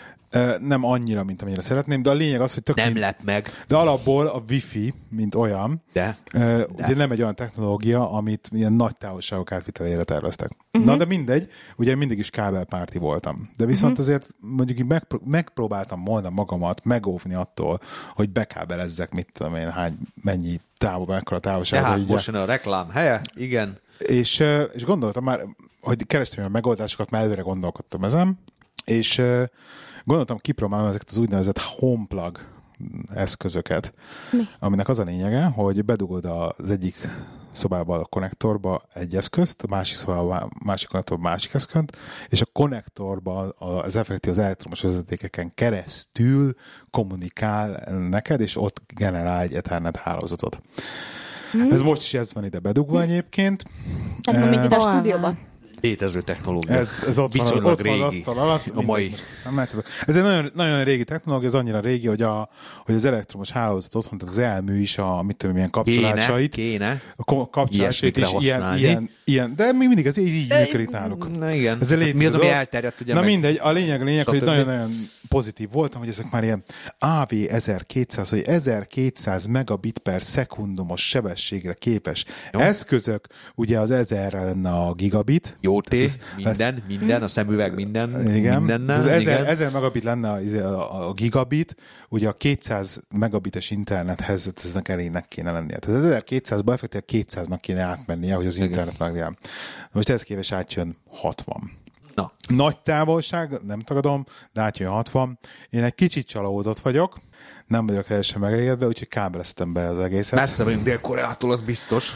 Speaker 2: Nem annyira, mint amennyire szeretném, de a lényeg az, hogy tök
Speaker 4: Nem
Speaker 2: mind-
Speaker 4: lep meg.
Speaker 2: de alapból a wifi, mint olyan,
Speaker 4: De.
Speaker 2: Uh, ugye nem egy olyan technológia, amit ilyen nagy távolságok átvitelére terveztek. Uh-huh. Na, de mindegy, ugye mindig is kábelpárti voltam. De viszont uh-huh. azért mondjuk így megpró- megpróbáltam volna magamat megóvni attól, hogy bekábelezzek, mit tudom én, hány, mennyi távol, mekkora távolság.
Speaker 4: Tehát most jön a reklám helye, igen.
Speaker 2: És, uh, és gondoltam már, hogy kerestem a megoldásokat, már előre gondolkodtam ezen, és uh, gondoltam kipróbálni ezeket az úgynevezett homeplug eszközöket,
Speaker 1: Mi?
Speaker 2: aminek az a lényege, hogy bedugod az egyik szobába a konnektorba egy eszközt, a másik szobába a másik konnektorba másik eszközt, és a konnektorba az effektív az elektromos vezetékeken keresztül kommunikál neked, és ott generál egy Ethernet hálózatot. Hmm. Ez most is ez van ide bedugva hmm. egyébként.
Speaker 1: Tehát mondom, ide a
Speaker 3: Hol
Speaker 1: stúdióban.
Speaker 4: Létező technológia.
Speaker 2: Ez, ez ott
Speaker 4: Viszonylag
Speaker 2: van, ott van
Speaker 4: régi.
Speaker 2: az asztal alatt.
Speaker 4: A mai.
Speaker 2: Mindegy, nem látjátok. Ez egy nagyon, nagyon régi technológia, ez annyira régi, hogy, a, hogy az elektromos hálózat otthon, tehát az elmű is a mit tudom, milyen kapcsolásait.
Speaker 4: Kéne, kéne.
Speaker 2: A ko- kapcsolásait is
Speaker 4: Ilyesmikre
Speaker 2: ilyen,
Speaker 4: használni.
Speaker 2: ilyen, ilyen, de még mindig ez így, így működik náluk.
Speaker 4: Na igen.
Speaker 2: Ez egy
Speaker 4: Mi az, ami
Speaker 2: dolog.
Speaker 4: elterjedt, ugye
Speaker 2: Na
Speaker 4: meg?
Speaker 2: mindegy, a lényeg, a lényeg, hogy
Speaker 4: Stb.
Speaker 2: nagyon-nagyon pozitív voltam, hogy ezek már ilyen á vé ezerkétszáz, hogy ezerkétszáz megabit per szekundumos sebességre képes
Speaker 4: Jó.
Speaker 2: eszközök, ugye az ezerre lenne a gigabit.
Speaker 4: Jó
Speaker 2: Tehát
Speaker 4: té, minden, minden, a szemüveg minden,
Speaker 2: Igen,
Speaker 4: mindennel.
Speaker 2: az ezer,
Speaker 4: igen.
Speaker 2: ezer megabit lenne a, a, a gigabit, ugye a kétszáz megabites internethez eznek elégnek kéne lennie. Tehát az ezerkétszázba effektíve kétszáznak kéne átmennie, hogy az
Speaker 4: Igen.
Speaker 2: internet meglegyen. Most ez képes átjön hatvan.
Speaker 4: Na,
Speaker 2: Nagy távolság, nem tagadom, de átjön hatvan. Én egy kicsit csalódott vagyok, nem vagyok teljesen megelégedve, úgyhogy kábeleztem be az egészet.
Speaker 4: messze vagyunk Dél-Koreától, az biztos.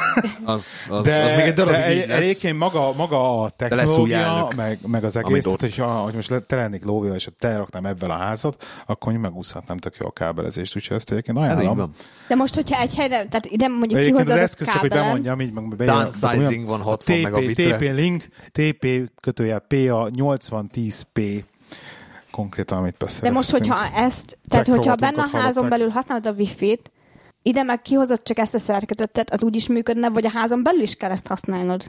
Speaker 4: Az, az,
Speaker 2: De,
Speaker 4: az még egy darabig
Speaker 2: de
Speaker 4: így
Speaker 2: egy,
Speaker 4: lesz.
Speaker 2: egyébként maga, maga a
Speaker 4: lesz új
Speaker 2: technológia,
Speaker 4: elnök,
Speaker 2: meg, meg az
Speaker 4: amit
Speaker 2: egész,
Speaker 4: ott-
Speaker 2: tehát, hogyha, hogy most le- te lennék lóvéval, és te raknám ebben a házat, akkor megúszhatnám tök jó a kábelezést, úgyhogy ezt egyébként
Speaker 4: Ez így
Speaker 2: ajánlom.
Speaker 4: van.
Speaker 1: De most, hogyha egy helyre, tehát ide mondjuk
Speaker 2: Egyébként az
Speaker 1: kihozod a
Speaker 2: eszköz csak, hogy
Speaker 1: kábelen,
Speaker 2: bemondjam, így meg bejön.
Speaker 4: Downsizing van hatvan
Speaker 2: té pé,
Speaker 4: megabitre.
Speaker 2: té pé link, té pé kötőjel pé a nyolcvan tíz pé konkrétan, amit
Speaker 1: de
Speaker 2: beszereztünk.
Speaker 1: most, hogyha ezt, tehát hogyha benne a
Speaker 2: rovatunkat
Speaker 1: házon
Speaker 2: hallották.
Speaker 1: belül használod a wifi-t, ide meg kihozod csak ezt a szerkezetet, az úgy is működne, vagy a házon belül is kell ezt használnod?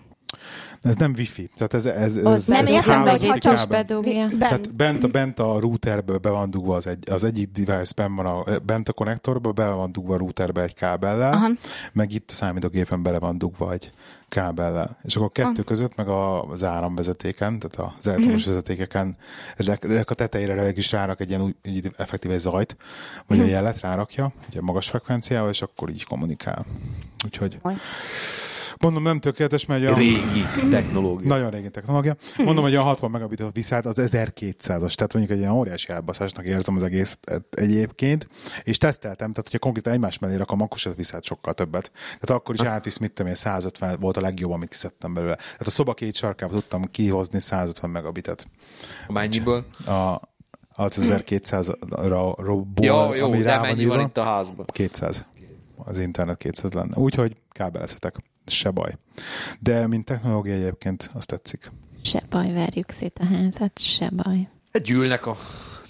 Speaker 2: Ez nem wifi, tehát ez, ez, ez,
Speaker 1: Az nem
Speaker 2: ez
Speaker 1: értem, de
Speaker 2: hálózati
Speaker 1: hogyha csak
Speaker 2: kábel.
Speaker 3: bedugja.
Speaker 1: Ben,
Speaker 2: Tehát bent a, bent a routerbe be van dugva az, egy, az egyik device, ben van a, bent a konnektorba be van dugva a routerbe egy kábellel,
Speaker 1: Aha.
Speaker 2: meg itt a számítógépen bele van dugva egy kábellel. És akkor kettő között, meg a- az áramvezetéken, tehát az elektromos
Speaker 1: Mhm.
Speaker 2: vezetékeken, ezek a tetejére rá is rárak egy ilyen új, egy effektív egy zajt, vagy a jelet rárakja, ugye magas frekvenciával, és akkor így kommunikál. Úgyhogy
Speaker 1: Majd.
Speaker 2: mondom, nem tökéletes, mert a...
Speaker 4: Régi technológia.
Speaker 2: Nagyon régi technológia. Mondom, hogy a hatvan megabitot viszont az ezerkétszázas, tehát mondjuk egy ilyen óriási elbaszásnak érzem az egész egyébként, és teszteltem, tehát hogyha konkrétan egymás mellé rakom, akkor se viszont sokkal többet. Tehát akkor is átvisz, mit tudom én, százötven volt a legjobb, amit kiszedtem belőle. Tehát a szoba két sarkába tudtam kihozni százötven megabitet.
Speaker 4: Mennyiből?
Speaker 2: A, az ezerkétszázra ból,
Speaker 4: Ja, jó,
Speaker 2: ami
Speaker 4: de
Speaker 2: rá van
Speaker 4: mennyi van
Speaker 2: írva,
Speaker 4: itt a házban?
Speaker 2: kétszáz. Az internet kétszáz lenne. Úgyhogy kábelezhetek. Se baj. De mint technológia egyébként azt tetszik.
Speaker 3: Se baj, verjük szét a házat, se baj.
Speaker 4: Gyűlnek a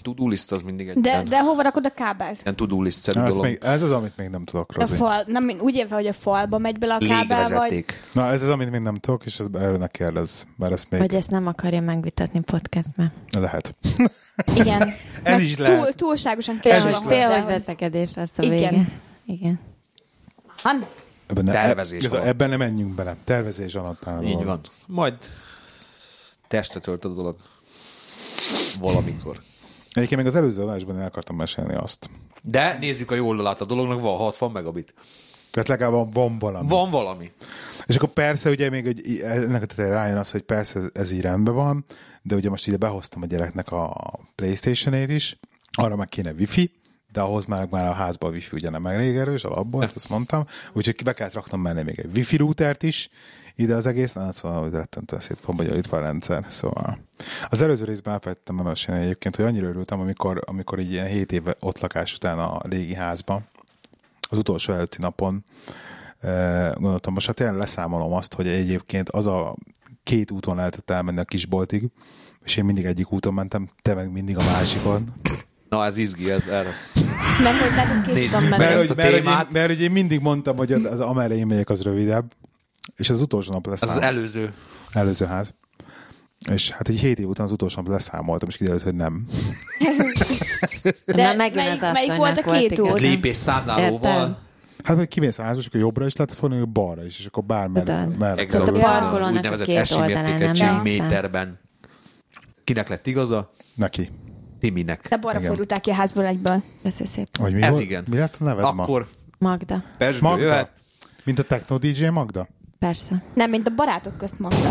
Speaker 4: to-do list az mindig egy
Speaker 1: De,
Speaker 4: ilyen,
Speaker 1: de hova rakod a kábelt?
Speaker 4: ilyen to-do list-szerű
Speaker 2: Na, ez,
Speaker 4: dolog.
Speaker 2: még, ez az, amit még nem tudok,
Speaker 1: A
Speaker 2: Rozi.
Speaker 1: fal, nem, úgy érve, hogy a falba megy bele a kábel, vagy...
Speaker 4: Légvezeték.
Speaker 2: Na, ez az, amit még nem tudok, és ez erről ne kérdezz, mert ezt még
Speaker 3: Vagy ezt nem akarja megvitatni podcastben.
Speaker 2: lehet.
Speaker 1: Igen.
Speaker 2: Ez is lehet.
Speaker 1: Túl, túlságosan
Speaker 3: Fél,
Speaker 1: kell
Speaker 3: hogy,
Speaker 1: van
Speaker 3: fél,
Speaker 1: hozzá,
Speaker 3: hogy veszekedés lesz a
Speaker 1: Igen.
Speaker 3: vége. Igen.
Speaker 1: Han?
Speaker 2: Ebben, ne,
Speaker 4: Tervezés
Speaker 2: ez,
Speaker 4: alatt.
Speaker 2: ebben nem menjünk bele. Tervezés alatt áll.
Speaker 4: Így van. Majd testet ölt a dolog. Valamikor.
Speaker 2: Egyébként még az előző adásban el akartam mesélni azt.
Speaker 4: De nézzük a jól lát a dolognak, van hatvan megabit.
Speaker 2: Tehát legalább van, van valami.
Speaker 4: Van valami.
Speaker 2: És akkor persze ugye még egy, ennek a tetején rájön az, hogy persze ez, ez így rendben van, de ugye most ide behoztam a gyereknek a PlayStation-ét is, arra meg kéne wifi, de ahhoz már, már a házban a wifi ugye nem elég erős, alapból, ezt mondtam, úgyhogy be kellett raknom mellé még egy wifi routert is, ide az egész, na, szóval hogy rettentően szét van bonyolítva a rendszer. Szóval az előző részben elfelejtettem mesélni egyébként, hogy annyira örültem, amikor, amikor így ilyen hét éve ott lakás után a régi házban, az utolsó előtti napon gondoltam, most hát tényleg leszámolom azt, hogy egyébként az a két úton lehetett elmenni a kisboltig, és én mindig egyik úton mentem, te meg mindig a másikon.
Speaker 4: Na, ez izgi, ez erre.
Speaker 1: Mert hogy tehát két
Speaker 4: Nézzük
Speaker 1: tudom
Speaker 4: meg
Speaker 1: menni.
Speaker 2: Mert,
Speaker 4: ezt
Speaker 2: hogy,
Speaker 4: a
Speaker 2: mert, hogy én,
Speaker 4: témát.
Speaker 2: mert hogy én mindig mondtam, hogy az amerre én megyek, az rövidebb, és az utolsó nap
Speaker 4: Ez az
Speaker 2: leszámoltam.
Speaker 4: előző.
Speaker 2: Előző ház. És hát egy hét év után az utolsó nap leszámoltam, és kiderült, hogy nem.
Speaker 1: De
Speaker 3: Na, megint
Speaker 1: melyik,
Speaker 3: az
Speaker 1: melyik volt a
Speaker 3: asszonynak
Speaker 1: két
Speaker 3: volt
Speaker 1: út?
Speaker 3: igaza.
Speaker 4: Lépés számlálóval.
Speaker 3: Értem.
Speaker 2: Hát, hogy kimész a házba, és akkor jobbra is lehet fordulni, balra is, és akkor bármerre.
Speaker 3: Tudod.
Speaker 2: merre
Speaker 4: Exakt.
Speaker 3: Tehát a
Speaker 2: kell.
Speaker 3: parkolónak a
Speaker 4: Úgynevezett
Speaker 3: két oldalán
Speaker 4: esélymértékegység
Speaker 3: nem messze.
Speaker 4: méterben. Kinek lett igaza?
Speaker 2: Neki.
Speaker 4: Timinek.
Speaker 1: De balra
Speaker 2: Igen.
Speaker 1: fordulták ki a házból egyből.
Speaker 3: Köszi szépen.
Speaker 2: Vagy mi
Speaker 4: Ez
Speaker 2: volt?
Speaker 4: igen.
Speaker 2: Mi lett a neved ma?
Speaker 4: Akkor
Speaker 3: Magda.
Speaker 4: Pezsgő
Speaker 2: Magda?
Speaker 4: jöhet.
Speaker 2: Mint a Techno dé dzsé Magda?
Speaker 3: Persze.
Speaker 1: Nem, mint a barátok közt mondta.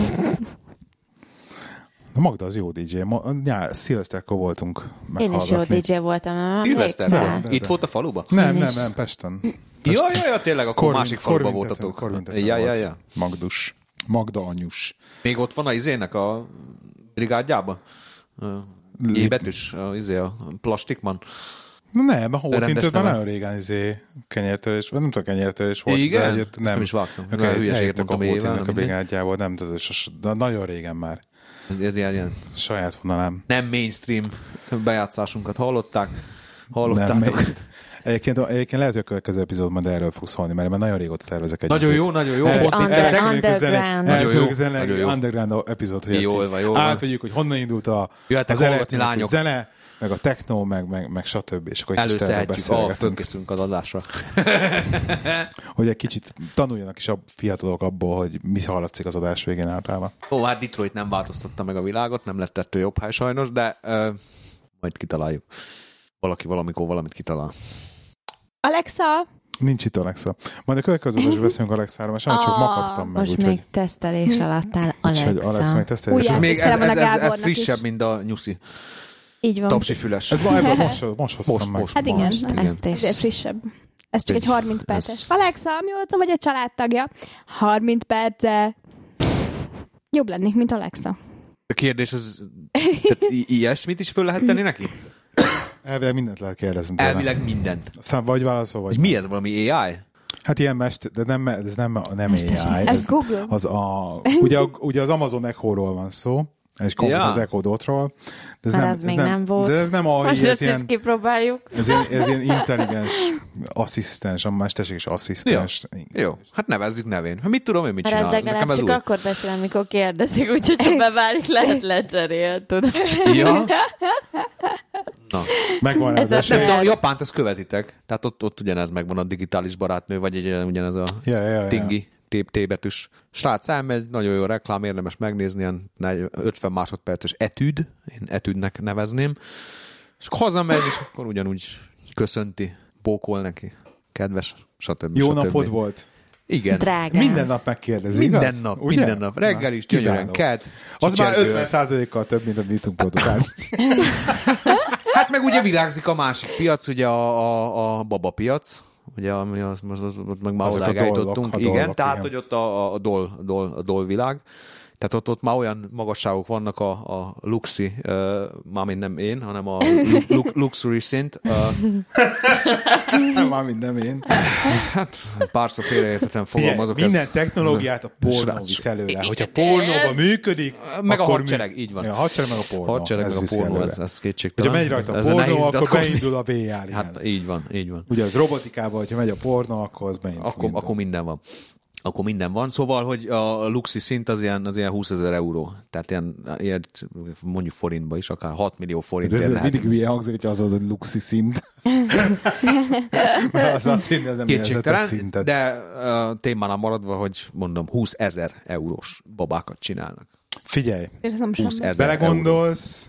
Speaker 2: A Magda az jó dé dzsé. Ma, nyár, szilveszterkor voltunk
Speaker 3: Én is jó
Speaker 2: meghallgatni.
Speaker 3: dé dzsé voltam, nem
Speaker 4: Szilveszter.
Speaker 3: emlékszel?
Speaker 2: de-
Speaker 4: Itt
Speaker 2: de.
Speaker 4: volt a faluba?
Speaker 2: Nem,
Speaker 3: Én
Speaker 2: nem,
Speaker 3: is.
Speaker 2: nem, Pesten.
Speaker 4: Ja, ja, ja, tényleg, akkor
Speaker 2: Korvin-
Speaker 4: másik faluba
Speaker 2: Korvintetőn-
Speaker 4: voltatok.
Speaker 2: Korvintetőn
Speaker 4: Ja, ja,
Speaker 2: volt.
Speaker 4: ja.
Speaker 2: Magdus. Magda anyus.
Speaker 4: Még ott van a izének a brigádjába? A J-betűs, a, izé, a plastikman.
Speaker 2: Na nem, a
Speaker 4: Rendes
Speaker 2: Hótintőben
Speaker 4: neve.
Speaker 2: nagyon régen izé kenyértörés, vagy nem tudom, kenyértörés volt.
Speaker 4: Igen?
Speaker 2: De együtt,
Speaker 4: Ezt
Speaker 2: nem.
Speaker 4: nem is vágtam.
Speaker 2: Akkor
Speaker 4: Olyan hülyeséget
Speaker 2: eljöttek a
Speaker 4: mondtam éjjel,
Speaker 2: Hótintőnek a
Speaker 4: mindegy.
Speaker 2: brigádjából, nem tudom, sos- de nagyon régen már.
Speaker 4: Ez, ez ilyen, ilyen
Speaker 2: Saját vonalám.
Speaker 4: nem mainstream bejátszásunkat hallották.
Speaker 2: Nem,
Speaker 4: Hallottátok.
Speaker 2: még- Egyébként, egyébként lehet, hogy a következő epizódban erről fog szólni, mert már nagyon régóta tervezek egy
Speaker 4: Nagyon jó, nagyon jó.
Speaker 2: El-
Speaker 4: Pont
Speaker 3: Under-
Speaker 2: el- el-
Speaker 3: underground.
Speaker 2: el-
Speaker 4: Nagyon jó,
Speaker 2: el-
Speaker 4: nagyon jó.
Speaker 2: Underground epizód, hogy
Speaker 4: Jól
Speaker 2: ezt
Speaker 4: van,
Speaker 2: így
Speaker 4: jól van.
Speaker 2: átvegyük, hogy honnan indult a,
Speaker 4: Jöhettek
Speaker 2: az
Speaker 4: hallgatni
Speaker 2: elektronikus
Speaker 4: lányok.
Speaker 2: zene, meg a techno, meg, meg, meg stb. És akkor egy kis erről
Speaker 4: Előszedjük, ah,
Speaker 2: beszélgetünk,
Speaker 4: fölkészülünk az adásra.
Speaker 2: hogy egy kicsit tanuljanak is a fiatalok abból, hogy mi hallatszik az adás végén általában.
Speaker 4: Ó, hát Detroit nem változtatta meg a világot, nem lett ettől jobb hely sajnos, de uh, majd kitaláljuk. Valaki valamikor valamit kitalál.
Speaker 1: Alexa,
Speaker 2: Nincs itt Alexa. Majd a következő adásban beszélünk Alexáról, mert sajnos csak ma kaptam meg.
Speaker 3: Most
Speaker 2: úgyhogy-
Speaker 3: még tesztelés alatt áll
Speaker 2: úgyhogy Alexa
Speaker 3: Alexa.
Speaker 2: még tesztelje.
Speaker 1: Újjá.
Speaker 4: Ez
Speaker 2: Ez,
Speaker 4: még ez,
Speaker 1: Tisztelem
Speaker 4: ez,
Speaker 1: a
Speaker 4: ez, ez
Speaker 1: Gábornak
Speaker 4: frissebb,
Speaker 1: is.
Speaker 4: mint a nyuszi.
Speaker 1: így van.
Speaker 4: Tapsi füles.
Speaker 2: ez ma ebből most, most hoztam
Speaker 4: Most,
Speaker 2: meg.
Speaker 4: most.
Speaker 1: Hát igen,
Speaker 3: Most
Speaker 1: ez-
Speaker 3: ezt is.
Speaker 1: ezért frissebb. Ez csak egy
Speaker 4: Egy-
Speaker 1: harminc perces.
Speaker 4: ez-
Speaker 1: Alexa, mióta vagy a családtagja? harminc perce. Jobb lennék, mint Alexa.
Speaker 4: A kérdés az, tehát i- ilyesmit is föl lehet tenni neki?
Speaker 2: Elvileg mindent lehet kérdezni tőle.
Speaker 4: Elvileg mindent.
Speaker 2: Aztán vagy válaszol, vagy
Speaker 4: Ez mi ez, valami á i?
Speaker 2: Hát ilyen mester, de nem, ez nem, nem
Speaker 3: Mesterség.
Speaker 2: á i.
Speaker 1: Ez Google.
Speaker 2: Az a, ugye, ugye az Amazon Echo-ról van szó, és konkrét
Speaker 4: Ja.
Speaker 2: az Echo Dot-ról. De ez
Speaker 3: Már
Speaker 2: nem,
Speaker 3: az
Speaker 2: ez
Speaker 3: még
Speaker 2: nem,
Speaker 3: nem volt.
Speaker 2: De ez nem a,
Speaker 3: Most
Speaker 2: ez
Speaker 3: ezt is
Speaker 2: ilyen,
Speaker 3: kipróbáljuk.
Speaker 2: ez ilyen, ez ilyen intelligens asszisztens, a mesterséges asszisztens.
Speaker 4: Jó, hát nevezzük nevén. Hát mit tudom én, mit
Speaker 3: Mert ez
Speaker 4: csinál?
Speaker 3: legalább
Speaker 4: Nekem ez
Speaker 3: csak
Speaker 4: új.
Speaker 3: akkor beszél, amikor kérdezik, úgyhogy ha beválik, lehet lecserél, tudod.
Speaker 4: Ja? Na.
Speaker 2: Megvan
Speaker 3: Ez
Speaker 2: ez,
Speaker 3: a
Speaker 2: az
Speaker 4: Nem,
Speaker 2: esély.
Speaker 4: de a Japánt ezt követitek. Tehát ott, ott ugyanez megvan a digitális barátnő, vagy egy ugyanez a
Speaker 2: Ja, ja, ja.
Speaker 4: tingi, T- T-betűs. Srác elmegy, nagyon jó reklám, érdemes megnézni, ilyen ötven másodperces etüd, én etüdnek nevezném. És akkor hazamegy, és akkor ugyanúgy köszönti, pókol neki, kedves, stb.
Speaker 2: Jó
Speaker 4: stb.
Speaker 2: napod volt.
Speaker 4: Igen.
Speaker 3: Drágám.
Speaker 2: Minden nap megkérdezi,
Speaker 4: Minden
Speaker 2: igaz?
Speaker 4: nap,
Speaker 2: Ugye?
Speaker 4: minden nap. Reggel is,
Speaker 2: Na,
Speaker 4: gyönyörűen
Speaker 2: kiváló.
Speaker 4: kelt.
Speaker 2: Az már
Speaker 4: csicsergő.
Speaker 2: ötven százalékkal több, mint amit mi tudunk produkálni.
Speaker 4: Hát meg ugye virágzik a másik piac, ugye a, a, a baba piac, ugye, ami az, az, az, ott meg már
Speaker 2: Azok a
Speaker 4: odáig
Speaker 2: dollok,
Speaker 4: eljutottunk.
Speaker 2: a
Speaker 4: Igen,
Speaker 2: dollok,
Speaker 4: tehát,
Speaker 2: igen.
Speaker 4: hogy ott a, a, dol, dol, a dol világ, Tehát ott, ott már olyan magasságok vannak a, a luxi, uh, mármint nem én, hanem a lu- luxury szint. Uh,
Speaker 2: mármint nem én.
Speaker 4: Hát párszor félreértetlen fogalmazok.
Speaker 2: Minden
Speaker 4: ez,
Speaker 2: technológiát a pornó visz előre. Hogyha pornóban működik,
Speaker 4: meg a
Speaker 2: akkor
Speaker 4: hadsereg,
Speaker 2: mű...
Speaker 4: így van.
Speaker 2: Ja, a hadsereg meg a pornó.
Speaker 4: Hadsereg
Speaker 2: ez
Speaker 4: meg a pornó, ez, ez kétségtelen.
Speaker 2: Hogyha megy rajta a
Speaker 4: ez,
Speaker 2: pornó, akkor beindul a vé er.
Speaker 4: Hát így van, így van.
Speaker 2: Ugye az robotikában, hogyha megy a pornó, akkor az beindul.
Speaker 4: Akkor, akkor minden van. Akkor minden van. Szóval, hogy a luxi szint az ilyen, az ilyen húszezer euró. Tehát ilyen, ilyen, mondjuk forintba is, akár hat millió forintért
Speaker 2: lehet.
Speaker 4: lehet.
Speaker 2: Mindig hülye hangzik, hogy az az, hogy luxi szint. az a szint, az nem
Speaker 4: kétségtelen,
Speaker 2: szintet.
Speaker 4: De a témánál maradva, hogy mondom, húszezer eurós babákat csinálnak.
Speaker 2: Figyelj,
Speaker 4: húszezer
Speaker 2: belegondolsz,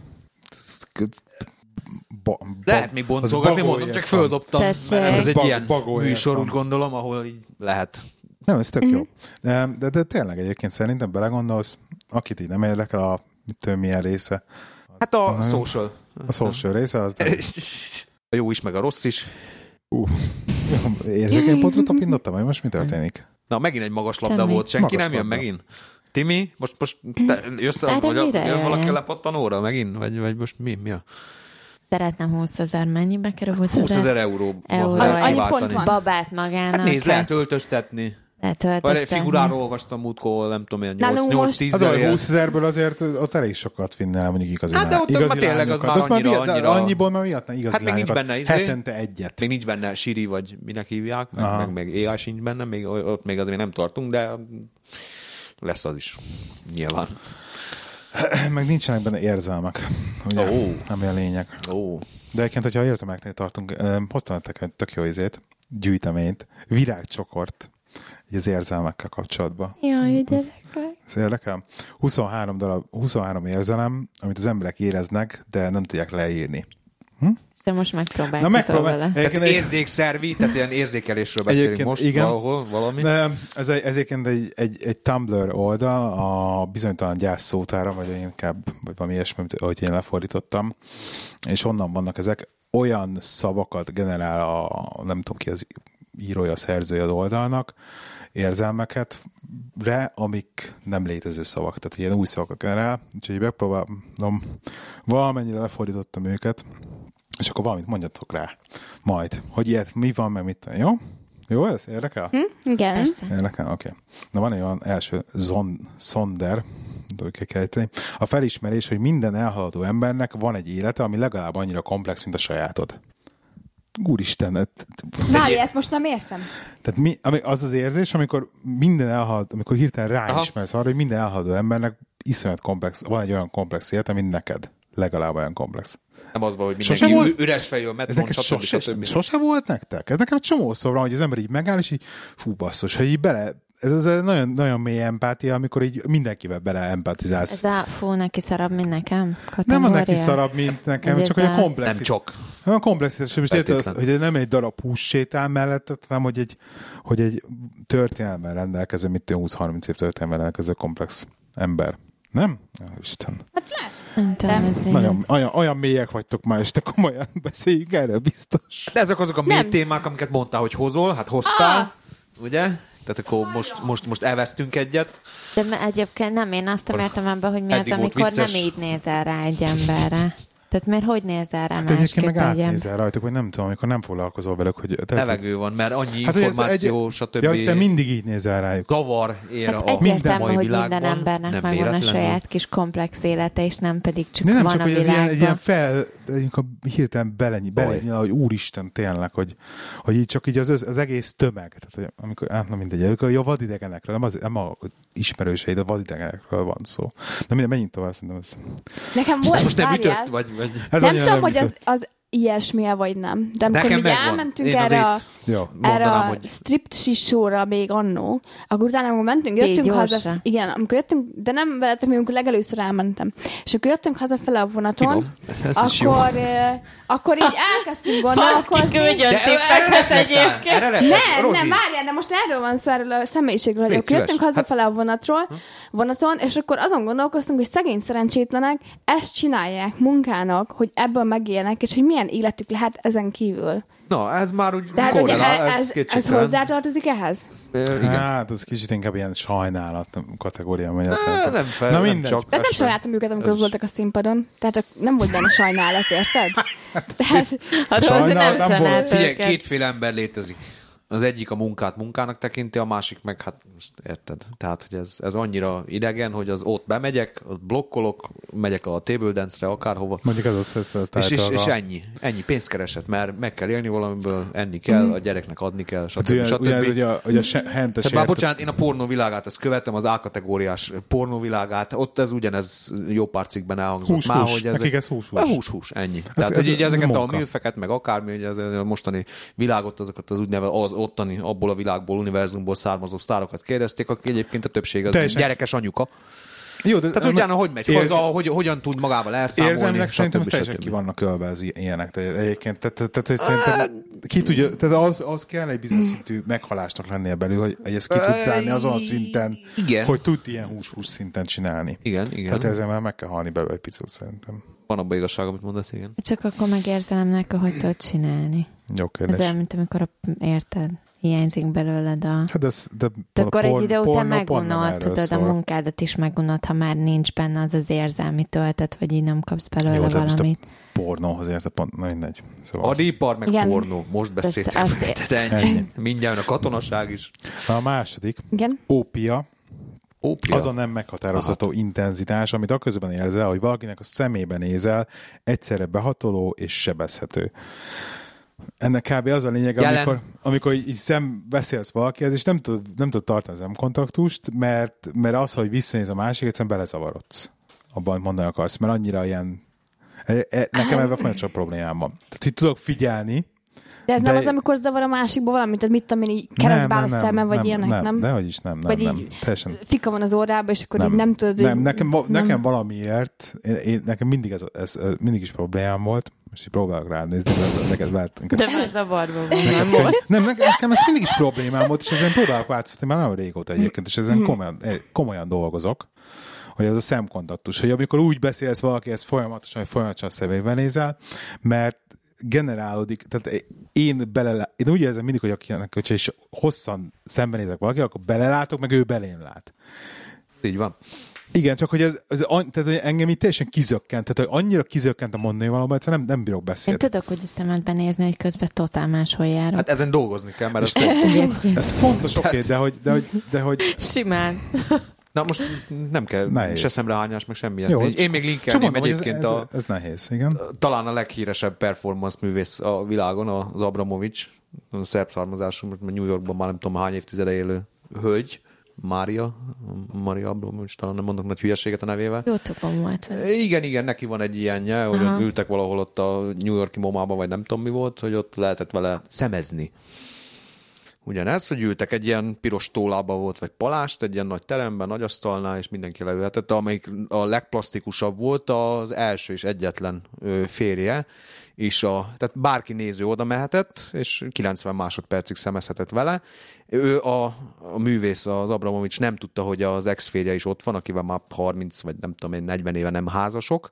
Speaker 2: Ba, ba,
Speaker 4: lehet még boncolgatni, mondom, csak földobtam. Mert ez egy bag, ilyen műsor, úgy gondolom, ahol így lehet.
Speaker 2: Nem, ez tök mm-hmm. jó. De, de, de tényleg egyébként szerintem belegondolsz, akit így nem érdekel a mit tudom, milyen része.
Speaker 4: Hát a, a social.
Speaker 2: A social része az. De...
Speaker 4: A jó is, meg a rossz is.
Speaker 2: Uh, érzékeny pontra tapintottam, vagy most mi történik?
Speaker 4: Na, megint egy magas labda
Speaker 3: Semmi.
Speaker 4: volt. Senki
Speaker 2: magas
Speaker 4: nem jön
Speaker 2: labda.
Speaker 4: megint? Timi, most, most te, jössz, a, vagy a, jön valaki a lepattanóra megint? Vagy, vagy most mi? mi a...
Speaker 3: Szeretném húszezer, mennyibe kerül húszezer?
Speaker 4: húszezer euró.
Speaker 3: Euró.
Speaker 1: Annyi pont van.
Speaker 3: Babát magának.
Speaker 4: Hát nézd, lehet öltöztetni. Vagy egy figuráról olvastam múltkor, nem tudom, ilyen nyolc-tíz
Speaker 2: Az a húszezerből azért ott elég sokat vinne el, mondjuk igazi
Speaker 4: hát de ott igazi tényleg az már annyira,
Speaker 2: már
Speaker 4: annyira...
Speaker 2: Annyiból már miatt igazi
Speaker 4: hát még nincs benne izé.
Speaker 2: Hetente egyet.
Speaker 4: Még nincs benne Siri, vagy minek hívják, meg, meg, meg á i sincs benne, még, ott még azért nem tartunk, de lesz az is. Nyilván.
Speaker 2: Meg nincsenek benne érzelmek. Ugye?
Speaker 4: Oh.
Speaker 2: Ami a lényeg.
Speaker 4: Oh.
Speaker 2: De egyébként, hogyha érzelmeknél tartunk, hoztam nektek egy tök jó izét, gyűjteményt, virágcsokort, így az érzelmekkel kapcsolatban.
Speaker 3: Jaj, gyerekek.
Speaker 2: Ez érdekel? huszonhárom darab, huszonhárom érzelem, amit az emberek éreznek, de nem tudják leírni. Hm?
Speaker 3: De most megpróbálj.
Speaker 2: Na megpróbálj.
Speaker 4: Tehát érzékszervi, tehát ilyen érzékelésről beszélünk most
Speaker 2: igen,
Speaker 4: valahol, valami.
Speaker 2: De ez, egy, ez egyébként egy, egy, egy Tumblr oldal, a bizonytalan gyász szótára, vagy inkább vagy valami ilyesmi, ahogy én lefordítottam, és onnan vannak ezek, olyan szavakat generál a, nem tudom ki az írója, a szerzője az oldalnak, érzelmeket, re, amik nem létező szavak, tehát ilyen új szavakat generál, úgyhogy megpróbálom, valamennyire lefordítottam őket, és akkor valamit mondjatok rá, majd, hogy ilyet mi van, meg mit, jó? Jó ez? Érdekel?
Speaker 1: Hm? Igen.
Speaker 2: Érdekel? Oké. Okay. Na van egy olyan első zon, Sonder, a felismerés, hogy minden elhaladó embernek van egy élete, ami legalább annyira komplex, mint a sajátod. Úristen.
Speaker 1: Várj, ezt most nem értem.
Speaker 2: Tehát mi, az az érzés, amikor minden elhalad, amikor hirtelen ráismersz arra, hogy minden elhaladó embernek iszonyat komplex, van egy olyan komplex élete, mint neked. Legalább olyan komplex.
Speaker 4: Nem az van, hogy mindenki volt, üres fejül, metron, stb.
Speaker 2: Sose, sose volt nektek? Ez nekem csomó szóra, hogy az ember így megáll, és így fú basszus, hogy így bele, ez az nagyon, nagyon mély empátia, amikor így mindenkivel bele empatizálsz.
Speaker 3: Ez a fú, neki szarabb, mint nekem.
Speaker 2: Nem a neki szarabb, mint nekem, csak hogy a komplex.
Speaker 4: Nem csak.
Speaker 2: Nem a komplexitás, most érted, az, hogy nem egy darab hús sétál mellett, hanem hogy egy, hogy egy történelemmel rendelkező, mint húsz-harminc év történelemmel rendelkező komplex ember. Nem? Ja, Isten.
Speaker 1: Hát lehet.
Speaker 3: Nem tudom,
Speaker 2: nagyon, olyan, olyan mélyek vagytok már, és te komolyan beszéljünk erről, biztos.
Speaker 4: De ezek azok a mély témák, amiket mondtál, hogy hozol, hát hoztál, ah. ugye? Tehát akkor most, most, most elvesztünk egyet.
Speaker 3: De egyébként nem, én azt nem értem ebben, hogy mi az, amikor nem így nézel rá egy emberre. Tehát miért hogy nézel rá
Speaker 2: hát
Speaker 3: másképp
Speaker 2: meg átnézel rajtuk, hogy nem tudom, amikor nem foglalkozol velük, hogy...
Speaker 4: Tehát, levegő van, mert annyi hát, információ, egy, stb.
Speaker 2: Ja, hogy te mindig így nézel rájuk.
Speaker 4: Zavar ér
Speaker 3: hát
Speaker 4: a
Speaker 3: minden,
Speaker 4: mai
Speaker 3: hogy
Speaker 4: világban.
Speaker 3: Minden embernek megvan a saját kis komplex élete, és nem pedig csak
Speaker 2: de nem
Speaker 3: van
Speaker 2: csak,
Speaker 3: a
Speaker 2: hogy
Speaker 3: világban.
Speaker 2: Ez ilyen, egy ilyen fel, hirtelen belenyi, belenyi, hogy úristen tényleg, hogy, hogy így csak így az, az egész tömeg. Tehát, hogy amikor, hát nem mindegy, amikor a vadidegenekről, nem, az, nem a ismerőseid, a vadidegenekről van szó. De minden, menjünk tovább, szerintem ez.
Speaker 1: Nekem volt,
Speaker 4: most nem ütött, vagy... vagy...
Speaker 1: Nem tudom, hogy az, az ilyesmi vagy nem. De amikor mi elmentünk
Speaker 4: Én
Speaker 1: erre a,
Speaker 2: ja.
Speaker 1: erre a
Speaker 4: hogy...
Speaker 1: striptease-ra még annó, akkor utána, amikor mentünk, jöttünk haza... Igen, amikor jöttünk, de nem veletek, amikor legelőször elmentem. És akkor jöttünk hazafele a vonaton, akkor, uh, akkor így elkezdtünk gondolkozni.
Speaker 3: egyébként.
Speaker 1: Nem, nem, várjál, de most erről van szó, erről a személyiségről, hogy akkor jöttünk hazafele a vonatról, vonaton, és akkor azon gondolkoztunk, hogy szegény szerencsétlenek ezt csinálják munkának, hogy ebből megélnek, és hogy milyen életük lehet ezen kívül.
Speaker 4: Na, ez már úgy
Speaker 1: korrelál, ez,
Speaker 4: ez,
Speaker 1: ez hozzátartozik ehhez?
Speaker 2: Igen. Hát, az kicsit inkább ilyen sajnálat kategória, vagy azt
Speaker 4: szerintem. Nem fel,
Speaker 2: Na,
Speaker 4: nem
Speaker 1: csak. De nem sajnáltam őket, amikor ez... voltak a színpadon. Tehát nem volt benne sajnálat, érted?
Speaker 3: Tehát, hát sajnálat nem sajnálat.
Speaker 4: Figyelj, kétféle ember létezik. Az egyik a munkát munkának tekinti, a másik meg, hát most érted. Tehát, hogy ez, ez annyira idegen, hogy az ott bemegyek, ott blokkolok, megyek a table dance-re, akárhova.
Speaker 2: Mondjuk az az, az, az
Speaker 4: és, és, és ennyi. Ennyi pénzkereset, mert meg kell élni valamiből, enni kell, a gyereknek adni kell, stb.
Speaker 2: Ugye, stb. Ugye, ugye, a, ugye a hentes
Speaker 4: már bocsánat, én a pornó világát ezt követem, az A-kategóriás pornó világát, ott ez ugyanez jó pár cikkben elhangzott.
Speaker 2: Hús,
Speaker 4: már,
Speaker 2: hús.
Speaker 4: Hogy ez
Speaker 2: Nekik ez hús, hús.
Speaker 4: hús, hús, ennyi. Ez, Tehát, ez, hogy így ez, ezeket ez a műfeket, meg akármi, hogy ez a mostani világot, azokat az úgynevezett az ottani, abból a világból, univerzumból származó sztárokat kérdezték, akik egyébként a többség az teljesen gyerekes anyuka.
Speaker 2: Jó, de
Speaker 4: tehát utána hogy megy érz... haza, hogy, hogyan tud magával elszámolni.
Speaker 2: Érzelmileg szerintem ez teljesen ki vannak ölve az ilyenek. Tehát egyébként, tehát, tehát, hogy szerintem ki tudja, tehát az, az kell egy bizonyos szintű meghalásnak lennie belül, hogy ezt ki tud zárni azon a szinten, igen. Hogy tud ilyen hús-hús szinten csinálni.
Speaker 4: Igen, igen.
Speaker 2: Tehát ezzel már meg kell halni belőle egy picit szerintem.
Speaker 4: Van abban igazság, amit mondasz, igen.
Speaker 3: Csak akkor meg érzelemnek, hogy tudod csinálni.
Speaker 2: Jó kérdés.
Speaker 3: Ez olyan, mint amikor a, érted, hiányzik belőled a...
Speaker 2: Hát ez, de
Speaker 3: de akkor porn, egy idő után megunod, tudod, a munkádat is megunod, ha már nincs benne az az érzelmi töltet, vagy így nem kapsz belőle jó, valamit.
Speaker 2: Jó, pornóhoz érte pont, na mindegy.
Speaker 4: Szóval adipar meg igen. Pornó. Most beszéltem. Ennyi. Mindjárt a katonaság is.
Speaker 2: A második.
Speaker 1: Igen.
Speaker 2: Ópia.
Speaker 4: Ópia.
Speaker 2: Az a nem meghatározható Aha. intenzitás, amit akközben érzel, hogy valakinek a szemébe nézel, egyszerre behatoló és sebezhető. Ennek kb. Az a lényeg, amikor, amikor így szem beszélsz valakihez, és nem tud, nem tud tartani szemkontaktust, mert, mert az, hogy visszanéz a másik, egyszerűen belezavarodsz abban, mondani akarsz, mert annyira ilyen... Nekem ebben folyamatosan problémám van. Tehát, hogy tudok figyelni,
Speaker 1: de ez de nem az, amikor zavar a másikba valamit, tehát mit tudom én, így keresztbe áll a szemem, vagy
Speaker 2: nem,
Speaker 1: ilyenek, nem?
Speaker 2: Nem, dehogy is nem, nem,
Speaker 1: vagy
Speaker 2: nem.
Speaker 1: Így
Speaker 2: teljesen.
Speaker 1: Fika van az órába, és akkor
Speaker 2: nem,
Speaker 1: így nem tudod...
Speaker 2: Nem, nekem, nem. nekem valamiért, én, én, nekem mindig, ez, ez, ez, mindig is problémám volt, most így próbálok ránézni, de neked lehet...
Speaker 3: De már zavarban van, nem volt.
Speaker 2: Nem, nekem ez mindig is problémám volt, és ezen próbálok változtatni már nagyon régóta egyébként, és ezen komolyan, komolyan dolgozok, hogy ez a szemkontaktus, hogy amikor úgy beszélsz valaki, ez folyamatosan, hogy folyamatosan személyben nézel, mert generálódik, tehát én belelá... én úgy érzem mindig, hogy akinek, hogyha is hosszan szembenézek valaki, akkor belelátok, meg ő belém lát.
Speaker 4: Így van.
Speaker 2: Igen, csak hogy ez, ez tehát engem itt teljesen kizökkent, tehát hogy annyira kizökkent a mondani valóban, egyszerűen nem, nem bírok beszélni.
Speaker 3: Én tudok, hogy a szemedbe nézni, hogy közben totál máshol járok.
Speaker 4: Hát ezen dolgozni kell, mert ez fontos.
Speaker 2: Ez fontos, oké, okay, de hogy, de hogy, de hogy...
Speaker 3: Simán.
Speaker 4: Na most nem kell nehéz. Se szemrehányás, meg semmi.
Speaker 2: Jó,
Speaker 4: én még linkelném egyébként
Speaker 2: ez, ez,
Speaker 4: a...
Speaker 2: Ez nehéz, igen.
Speaker 4: Talán a leghíresebb performance művész a világon, az Abramovics, a szerb származású, New Yorkban már nem tudom hány évtizede élő hölgy, Mária, Mária Abramovics, talán nem mondok nagy hülyeséget a nevével.
Speaker 3: Jó tudom volt.
Speaker 4: Igen, igen, neki van egy ilyenje, hogy Aha. ültek valahol ott a New York-i momában, vagy nem tudom mi volt, hogy ott lehetett vele szemezni. Ugyanez, hogy ültek egy ilyen piros tólába volt, vagy palást, egy ilyen nagy teremben, nagy asztalnál, és mindenki leülhetett. Amelyik a legplasztikusabb volt az első és egyetlen férje, és a, tehát bárki néző oda mehetett, és kilencven másodpercig szemezhetett vele. Ő a, a művész, az Abramovics nem tudta, hogy az ex-férje is ott van, akivel már harminc vagy nem tudom én, negyven éve nem házasok.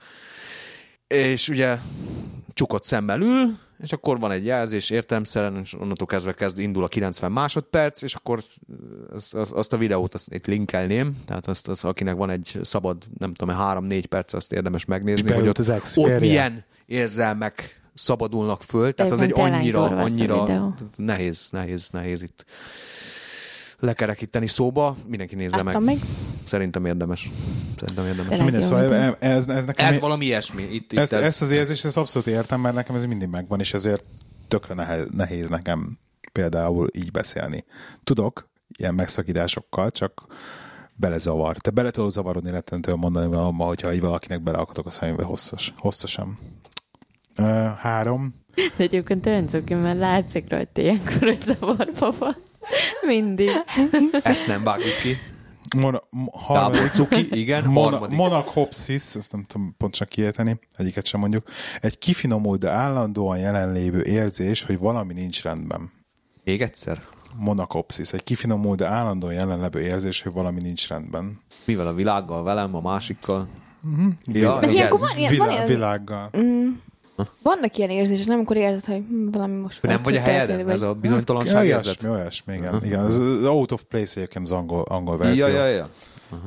Speaker 4: És ugye csukott szemmel ül, és akkor van egy jelzés értelemszerűen, és onnantól kezdve kezd, indul a kilencven másodperc, és akkor az, az, azt a videót azt itt linkelném, tehát azt, az, akinek van egy szabad, nem tudom, három-négy perc, azt érdemes megnézni, hogy ott, ott milyen érzelmek szabadulnak föl, tehát az egy annyira, annyira nehéz, nehéz, nehéz itt lekerekíteni szóba. Mindenki nézze Láttam meg. meg. Szerintem érdemes. Szerintem érdemes.
Speaker 2: Minden, szóval ez, ez, nekem
Speaker 4: ez valami ilyesmi. Itt, itt
Speaker 2: ezt,
Speaker 4: ez,
Speaker 2: ezt az érzést, ezt abszolút értem, mert nekem ez mindig megvan, és ezért tökre nehéz, nehéz nekem például így beszélni. Tudok ilyen megszakításokkal, csak belezavar. Te bele tudod zavarodni rettentően mondani valama, hogyha így valakinek beleakatok a szemébe hosszas, hosszasan. Uh, három.
Speaker 3: De egyébként olyan cuki, mert látszik rajta ilyenkor, hogy zavarba van. Mindig.
Speaker 4: Ezt nem vágjuk ki.
Speaker 2: Mona,
Speaker 4: harmadik, cuki, igen,
Speaker 2: Mona, monachopsis, ezt nem tudom pontosan kiejteni, egyiket sem mondjuk. Egy kifinomult, de állandóan jelenlévő érzés, hogy valami nincs rendben.
Speaker 4: Még egyszer?
Speaker 2: Monachopsis, egy kifinomult, de állandóan jelenlévő érzés, hogy valami nincs rendben.
Speaker 4: Mivel a világgal, velem, a másikkal?
Speaker 2: Mm-hmm.
Speaker 1: Ja, ez ilyenkor van, ilyen,
Speaker 2: Vilá,
Speaker 1: van ilyen...
Speaker 2: Világgal.
Speaker 1: Mm. Vannak ilyen érzések, nem amikor érzed, hogy hm, valami most...
Speaker 4: Nem vagy a helyeden? Ez a bizonytalanság érzet?
Speaker 2: Olyasmi, olyasmi, igen. Uh-huh. igen. Az out of place egyébként az angol, angol verzió.
Speaker 4: Ja, ja, ja. Uh-huh.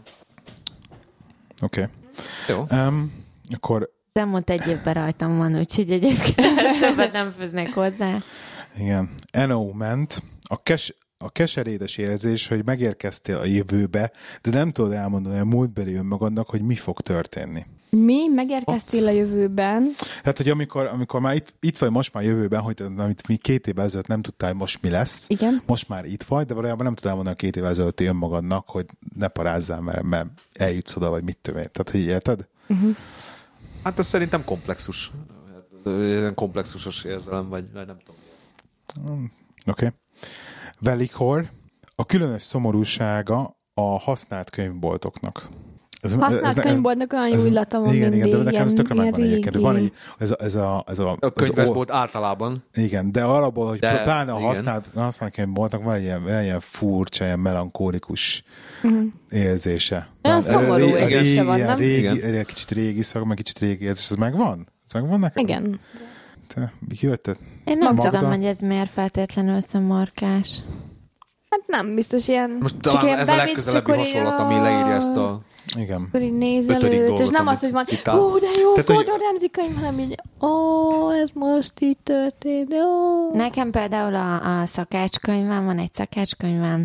Speaker 2: Oké. Okay.
Speaker 4: Jó.
Speaker 2: Um, akkor...
Speaker 3: Az elmúlt egy évben rajtam van, úgyhogy egyébként többet nem főznék hozzá.
Speaker 2: Igen. Ennowment. A, kes, a keserédes érzés, hogy megérkeztél a jövőbe, de nem tudod elmondani a múltbeli önmagadnak, hogy mi fog történni.
Speaker 1: Mi? Megérkeztél a jövőben?
Speaker 2: Tehát, hogy amikor, amikor már itt, itt vagy most már jövőben, hogy amit mi két évvel ezelőtt nem tudtál, most mi lesz,
Speaker 1: igen.
Speaker 2: Most már itt vagy, de valójában nem tudál mondani a két évvel ezelőtti önmagadnak, hogy ne parázzál, mert, mert eljutsz oda, vagy mit többé. Tehát, hogy érted?
Speaker 1: Uh-huh.
Speaker 4: Hát ez szerintem komplexus. Komplexusos érzelem, vagy nem tudom.
Speaker 2: Oké. Okay. Velikor a különös szomorúsága a használt könyvboltoknak.
Speaker 1: Ez, használt ez, könyvboltnak olyan jó illata van
Speaker 2: igen,
Speaker 1: mindig.
Speaker 2: Igen, de nekem ez tökre megvan
Speaker 1: régi.
Speaker 2: Egyébként. Van egy, ez a, ez a, ez a,
Speaker 4: a könyvesbolt általában.
Speaker 2: Igen, de alapból, hogy
Speaker 4: de,
Speaker 2: pláne a használt, használt könyvboltnak van egy ilyen, ilyen furcsa, ilyen melankólikus uh-huh. érzése.
Speaker 1: Olyan szomorú érzése van, nem?
Speaker 2: Régi, régi, kicsit régi szag, meg kicsit régi érzés. Ez megvan? Ez megvan nekem?
Speaker 1: Igen.
Speaker 2: Te kijötted?
Speaker 3: Én nem Magda? tudom, hogy ez miért feltétlenül szomorkás.
Speaker 1: Hát nem, biztos ilyen...
Speaker 4: Most talán ez a legközelebbi hasonlat, ami leírja ezt a...
Speaker 2: Igen.
Speaker 1: Akkor így nézelőt, és nem az, hogy van, ó, de jó, Gordon Ramsay könyv, hanem így, ó, ez most így történt, ó.
Speaker 3: Nekem például a, a szakácskönyvem, van egy szakácskönyvem,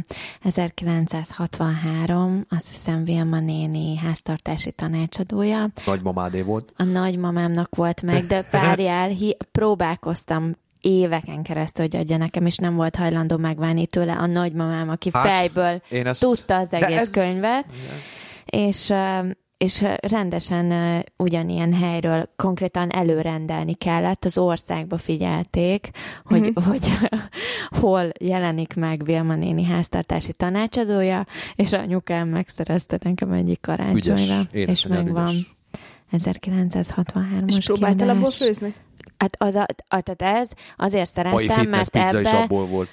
Speaker 3: ezerkilencszázhatvanhárom, azt hiszem Vilma néni háztartási tanácsadója.
Speaker 4: Nagymamádé volt.
Speaker 3: A nagymamámnak volt meg, de várjál, hi, próbálkoztam éveken keresztül, hogy adja nekem, és nem volt hajlandó megválni tőle a nagymamám, aki hát, fejből ezt... tudta az egész ez... könyvet. Yes. És, és rendesen ugyanilyen helyről konkrétan előrendelni kellett, az országba figyelték, hogy, mm-hmm. hogy hol jelenik meg Vilma néni háztartási tanácsadója, és anyukám megszerezte nekem egyik karácsonyra, és megvan ügyes. ezerkilencszázhatvanhármas
Speaker 1: És próbáltál abból főzni?
Speaker 3: Hát az a, a, tehát ez azért szerettem, mert ebbe...
Speaker 4: is abból volt.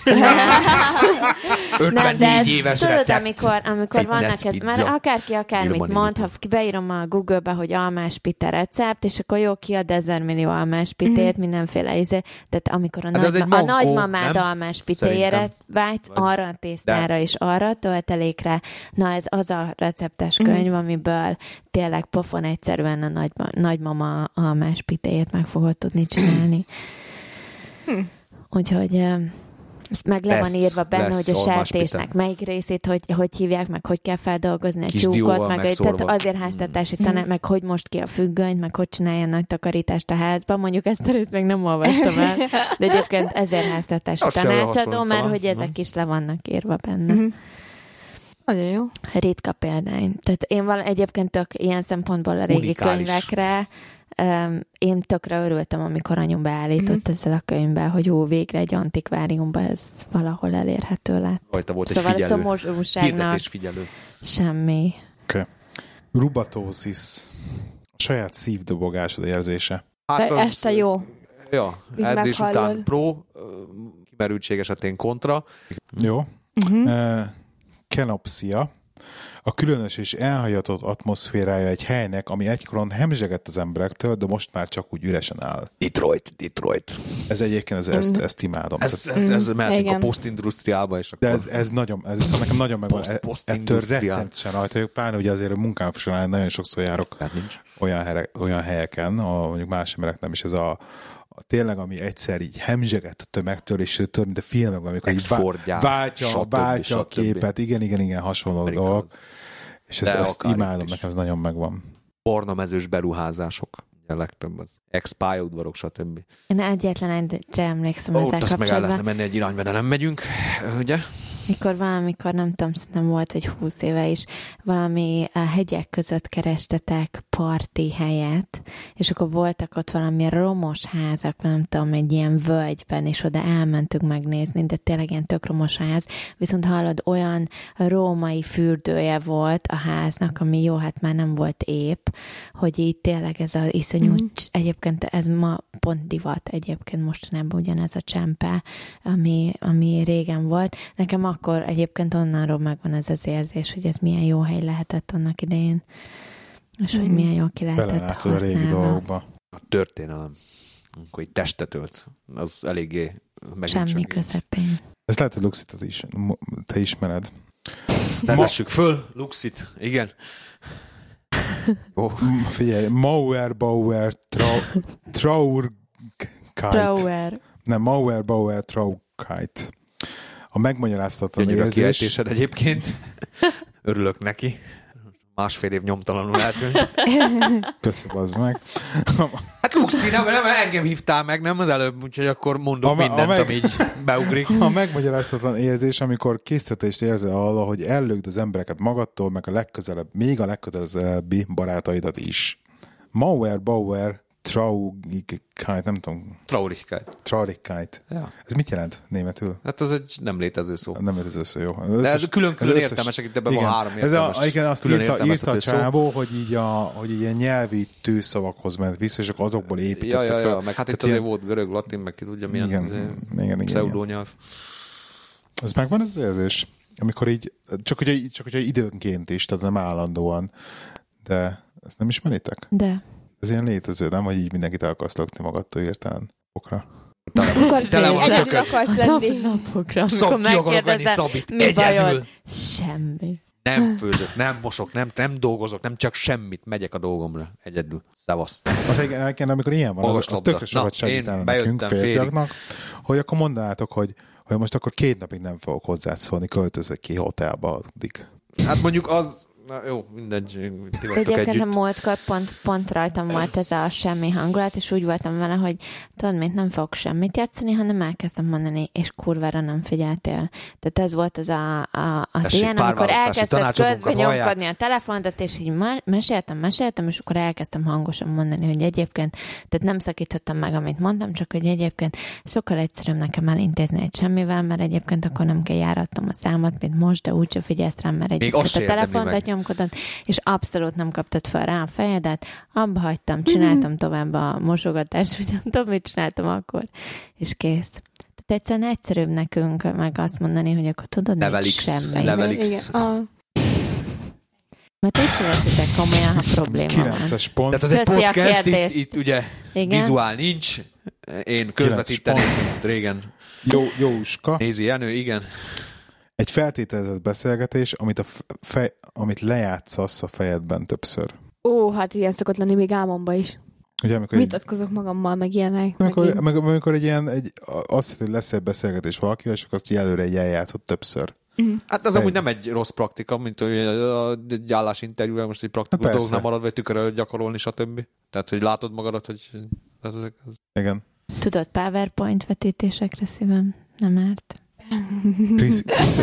Speaker 4: ötvennégy éves
Speaker 3: tudod,
Speaker 4: recept.
Speaker 3: amikor, amikor vannak ez, már akárki akármit mond, ha beírom a Google-be, hogy almáspite recept, és akkor jó, kiad ezer millió almáspitét, mm-hmm. mindenféle izé. Tehát amikor a, hát nagy, a nagymamád almáspitéjére vágysz, arra a tésztára és arra a töltelékre, na ez az a receptes könyv, mm-hmm. amiből tényleg pofon egyszerűen a nagy, nagymama almáspitéjét meg fogod tudni csinálni. Hm. Úgyhogy... Ezt meg le van írva benne, hogy a sertésnek melyik részét, hogy, hogy hívják, meg hogy kell feldolgozni a tyúkot, meg tehát azért háztartási mm. tanács, meg hogy most ki a függönyt, meg hogy csinálja nagy takarítást a házban. Mondjuk ezt a részt még nem olvastam el, de egyébként ezért háztartási tanácsadó, mert hogy ezek is le vannak írva benne. Mm-hmm.
Speaker 1: Nagyon jó.
Speaker 3: Ritka példány. Tehát én val- egyébként tök ilyen szempontból a régi unikális könyvekre Um, én tökre örültem, amikor anyu beállított mm-hmm. ezzel a könyvvel, hogy jó, végre egy antikváriumban ez valahol elérhető lett.
Speaker 4: Rajta volt
Speaker 3: szóval
Speaker 4: egy figyelő.
Speaker 3: Szóval a szomorúságnak
Speaker 4: hirdetés figyelő.
Speaker 3: Semmi.
Speaker 2: Okay. Rubatózis. A saját szívdobogásod érzése.
Speaker 4: Hát az,
Speaker 1: este jó.
Speaker 4: Ja, edzés után pro, kimerültség esetén kontra.
Speaker 2: Jó. Uh-huh. Uh, kenopszia. A különös és elhagyatott atmoszférája egy helynek, ami egykoron hemzsegett az emberektől, de most már csak úgy üresen áll.
Speaker 4: Detroit, Detroit.
Speaker 2: Ez egyébként, ez, ezt, ezt imádom.
Speaker 4: Ez, ez, ez mm, mehetünk a posztindusztriálba. És
Speaker 2: de ez, ez nagyon, ez viszont nekem nagyon megvan. Post, ettől rettentsen rajta vagyok, pláne ugye azért a munkám során nagyon sokszor járok olyan, here, olyan helyeken, ahol mondjuk más emberek nem is ez a tényleg, ami egyszer így hemzsegett a tömegtől, és tör, mint a filmekben, amikor így váltja, váltja a képet. Igen, igen, igen, hasonló dolgok. És ezt, ezt imádom, nekem ez nagyon megvan.
Speaker 4: Pornamezős beruházások. A legtöbb az ex-pályaudvarok, stb.
Speaker 3: Én egyetlen egyre emlékszem
Speaker 4: Ó,
Speaker 3: ezzel
Speaker 4: azt
Speaker 3: kapcsolatban.
Speaker 4: meg el lehetne menni egy irányba, de nem megyünk, ugye?
Speaker 3: Mikor valamikor, nem tudom, szerintem volt egy húsz éve is, valami a hegyek között kerestetek parti helyet, és akkor voltak ott valami romos házak, nem tudom, egy ilyen völgyben, és oda elmentünk megnézni, de tényleg ilyen tök romos ház, viszont hallod, olyan római fürdője volt a háznak, ami jó, hát már nem volt épp, hogy így tényleg ez az iszonyú, mm. egyébként ez ma pont divat, egyébként mostanában ugyanez a csempe, ami, ami régen volt. Nekem akkor egyébként onnanról megvan ez az érzés, hogy ez milyen jó hely lehetett annak idején, és mm. hogy milyen jól ki lehetett használva.
Speaker 2: A régi dolgokba.
Speaker 4: A történelem, amikor egy testet ölt, az eléggé
Speaker 3: semmi közepén.
Speaker 2: Ez lehet, hogy Luxit is, te ismered.
Speaker 4: Vezessük Ma... föl, Luxit, igen.
Speaker 2: Oh. Figyelj, Mauer Bauer Traurkite.
Speaker 3: Trauer.
Speaker 2: Nem, Mauer Bauer Traurkite. A megmagyaráztatlan érzés.
Speaker 4: Gyönyörű a kiejtésed egyébként. Örülök neki. Másfél év nyomtalanul eltűnt.
Speaker 2: Köszönöm, az meg.
Speaker 4: Hát Luxi, nem, nem, engem hívtál meg, nem az előbb, úgyhogy akkor mondok a, mindent, a meg, ami így beugrik.
Speaker 2: A megmagyarázhatatlan érzés, amikor készítést érzel arra, hogy ellögd az embereket magadtól, meg a legközelebb, még a legközelebbi barátaidat is. Mauer Bauer Traurigkeit, nem tudom.
Speaker 4: Traurigkeit.
Speaker 2: Traurigkeit. Ja. Ez mit jelent németül?
Speaker 4: Hát az egy nem létező szó.
Speaker 2: Nem létező szó, jó.
Speaker 4: Ez De ez külön-külön értelmesek, itt ebben van három értelmes.
Speaker 2: Ez a, igen, azt írta, írta a csábó, hogy így, a, hogy így ilyen nyelvi tőszavakhoz ment vissza, és akkor azokból építette
Speaker 4: ja, ja,
Speaker 2: fel.
Speaker 4: Ja, meg hát itt azért ilyen... volt görög, latin, meg ki tudja milyen
Speaker 2: igen, igen, igen,
Speaker 4: pseudonyelv.
Speaker 2: Ez megvan ez az érzés? Amikor így, csak hogyha, csak hogyha időnként is, tehát nem állandóan, de ezt nem ismeritek?
Speaker 3: De.
Speaker 2: Ez ilyen létező, nem? Hogy így mindenkit el akarsz lökni magadtól értelem okra.
Speaker 1: Tele van egyedül akarsz lenni.
Speaker 3: Napokra,
Speaker 4: Szab, ki akarok venni Szabit. Egyedül.
Speaker 3: Semmi.
Speaker 4: Nem főzök, nem mosok, nem, nem dolgozok, nem csak semmit, megyek a dolgomra. Egyedül. Szavazd.
Speaker 2: Az egyébként, amikor ilyen van, az, az tökre sokat segítene nekünk, férfiaknak, hogy akkor mondanátok, hogy, hogy most akkor két napig nem fogok hozzád szólni, költözök ki hotelba addig.
Speaker 4: Hát mondjuk az... Na jó, mindegy.
Speaker 3: Egyébként a múltkor pont, pont rajtam volt ez a semmi hangulat, és úgy voltam vele, hogy tudod, mint nem fogok semmit játszani, hanem elkezdtem mondani, és kurvára nem figyeltél. Tehát ez volt az a, a, az Tessék, ilyen, amikor elkezdett közben nyomkodni a telefonot, és így meséltem, meséltem, és akkor elkezdtem hangosan mondani, hogy egyébként, tehát nem szakítottam meg, amit mondtam, csak hogy egyébként sokkal egyszerűbb nekem elintézni egy semmivel, mert egyébként akkor nem kell járatnom a számot, mint most, de úgyse figyelsz rám, mert egyébként a telefont nyomkodott, és abszolút nem kaptad fel rá a fejedet, abba hagytam, csináltam tovább a mosogatást, hogy nem tudom, mit csináltam akkor, és kész. Tehát egyszerűen egyszerűbb nekünk meg azt mondani, hogy akkor tudod,
Speaker 4: level
Speaker 3: nincs semmi.
Speaker 4: Level X.
Speaker 3: Mert úgy csináljátok komolyan, ha probléma
Speaker 2: kilences
Speaker 3: van.
Speaker 2: pont.
Speaker 4: Tehát ez egy podcast, itt, itt ugye igen? Vizuál nincs, én közvetíteném, mint régen.
Speaker 2: Jó, Jóska.
Speaker 4: Nézi Jenő, igen.
Speaker 2: Egy feltételezett beszélgetés, amit, a fej, amit lejátszasz a fejedben többször.
Speaker 1: Ó, hát ilyen szokott lenni még álmomba is.
Speaker 2: Ugye,
Speaker 1: vitatkozok egy... magammal, meg ilyenek.
Speaker 2: Amikor, meg, meg, amikor egy ilyen, egy, azt, hogy lesz egy beszélgetés valakivel, és akkor azt előre egy eljátszott többször.
Speaker 1: Mm.
Speaker 4: Hát az amúgy nem egy rossz praktika, mint egy állásinterjúvel most egy praktikus dolog nem marad, vagy tükör előtt gyakorolni, stb. Tehát, hogy látod magadat, hogy... Az...
Speaker 2: Igen.
Speaker 3: Tudod, PowerPoint vetítésekre szívem nem árt.
Speaker 2: Krisz, krisz...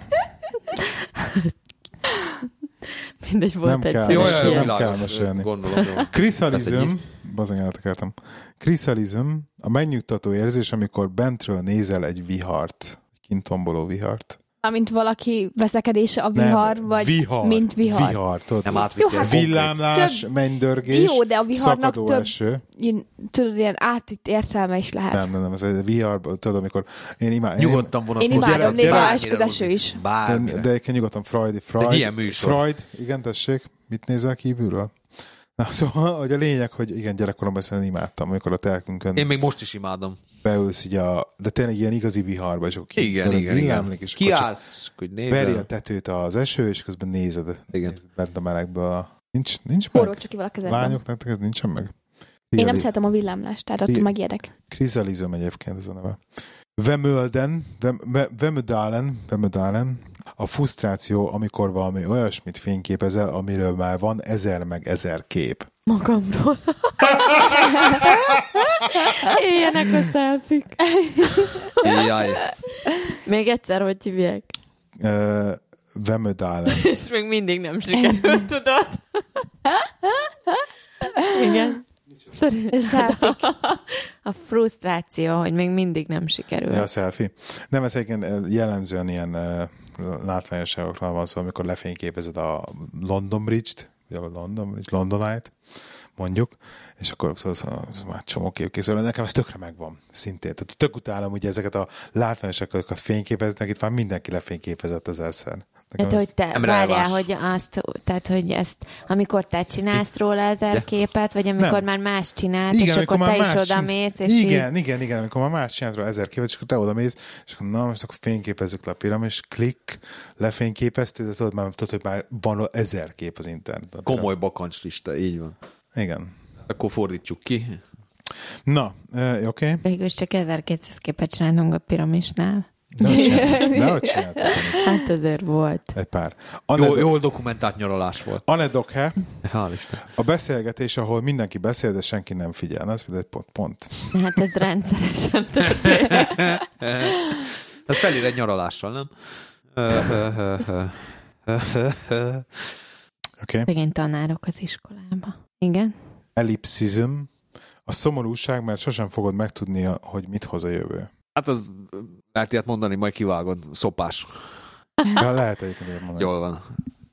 Speaker 3: Mindegy, volt
Speaker 2: nem
Speaker 3: egy
Speaker 2: kell, mesélni, nem kell mesélni. Kriszalizm, bazonyállatok eltem. Kriszalizm, a megnyugtató érzés, amikor bentről nézel egy vihart, kint tomboló vihart.
Speaker 1: Amint valaki veszekedése a vihar, nem, vagy
Speaker 2: vihar,
Speaker 1: mint vihar.
Speaker 2: Vihar, tudod.
Speaker 4: Nem átvitt
Speaker 1: hát
Speaker 2: villámlás, több... mennydörgés,
Speaker 1: jó, de a viharnak
Speaker 2: szakadó
Speaker 1: több,
Speaker 2: eső.
Speaker 1: Tudod, ilyen átvitt értelme is lehet.
Speaker 2: Nem, nem, nem, ez egy vihar, tudod, amikor én imádom.
Speaker 4: Nyugodtan vonatkozom.
Speaker 1: Én imádom, néha esik az eső is.
Speaker 2: De, de egyébként nyugodtan Freud, Freud.
Speaker 4: Egy ilyen műsor.
Speaker 2: Freud, igen, tessék, mit nézel kívülről? Na, szóval, hogy a lényeg, hogy igen, gyerekkoromban ezt imádtam, amikor a telkünkön...
Speaker 4: Én még most is imádom.
Speaker 2: Beülsz így a... De tényleg ilyen igazi viharba, és akkor ki,
Speaker 4: igen, igen,
Speaker 2: villámlik, és
Speaker 4: kiállsz, hogy nézel.
Speaker 2: Veri a tetőt az eső, és közben nézed,
Speaker 4: igen.
Speaker 2: nézed bent a melegből. Nincs, nincs meg?
Speaker 1: Forró csokival a kezedben.
Speaker 2: Lányok, nektek ez nincsen meg?
Speaker 1: Én nem szeretem a villámlást, tehát attól megijedek.
Speaker 2: Krizalizm egyébként ez a neve. Vemölden, Vemödalen, Vemödalen, a frusztráció, amikor valami olyasmit fényképezel, amiről már van ezer meg ezer kép.
Speaker 3: Magamról. Éljenek a szelfik.
Speaker 4: Jaj.
Speaker 3: Még egyszer, hogy hívják?
Speaker 2: Uh, Vemödalen.
Speaker 3: És még mindig nem sikerült, tudod? Igen. A, a frusztráció, hogy még mindig nem sikerül.
Speaker 2: Ja, a selfie. Nem, ez egyébként jellemzően ilyen uh, látványosságokról van szó, amikor lefényképezed a London Bridge-t, vagy a London Bridge, London Eye-t, mondjuk, és akkor már csomó kép készül. Nekem ez tökre megvan, szintén. Tehát tök utálom, ugye ezeket a látványosokat fényképeznek, itt már mindenki lefényképezett ezerszer.
Speaker 3: Hát, hogy te várjál, hogy azt, tehát, hogy ezt, amikor te csinálsz róla ezer képet, vagy amikor nem. már más csinált, igen, és akkor te is odamész, és
Speaker 2: igen, így... igen, igen, amikor már más csinált róla ezer képet, és akkor te odamész, és akkor na, most akkor fényképezzük le a piramis, klik, lefényképeztő, de tudod, már, tudod, hogy már van ezer kép az interneten.
Speaker 4: Komoly bakancslista, így van.
Speaker 2: Igen.
Speaker 4: Akkor fordítsuk ki.
Speaker 2: Na, oké. Okay.
Speaker 3: Végül csak ezerkétszáz képet csináltunk a piramisnál.
Speaker 2: Nehogy csináltuk.
Speaker 3: Hát azért volt.
Speaker 2: Egy pár.
Speaker 4: Anedok... Jól, jól dokumentált nyaralás volt.
Speaker 2: Anedokhe.
Speaker 4: Hál' Isten.
Speaker 2: A beszélgetés, ahol mindenki beszél, de senki nem figyel. Ez például egy pont. pont.
Speaker 3: Hát ez rendszeresen történik.
Speaker 4: Ez felír egy nyaralással, nem?
Speaker 2: Oké.
Speaker 3: Megint tanárok az iskolába. Igen.
Speaker 2: Ellipszizm. A szomorúság, mert sosem fogod megtudni, hogy mit hoz a jövő.
Speaker 4: Hát az lehet ilyet mondani, majd kivágod. Szopás.
Speaker 2: Ja, lehet egyébként ilyet mondani.
Speaker 4: Jól van.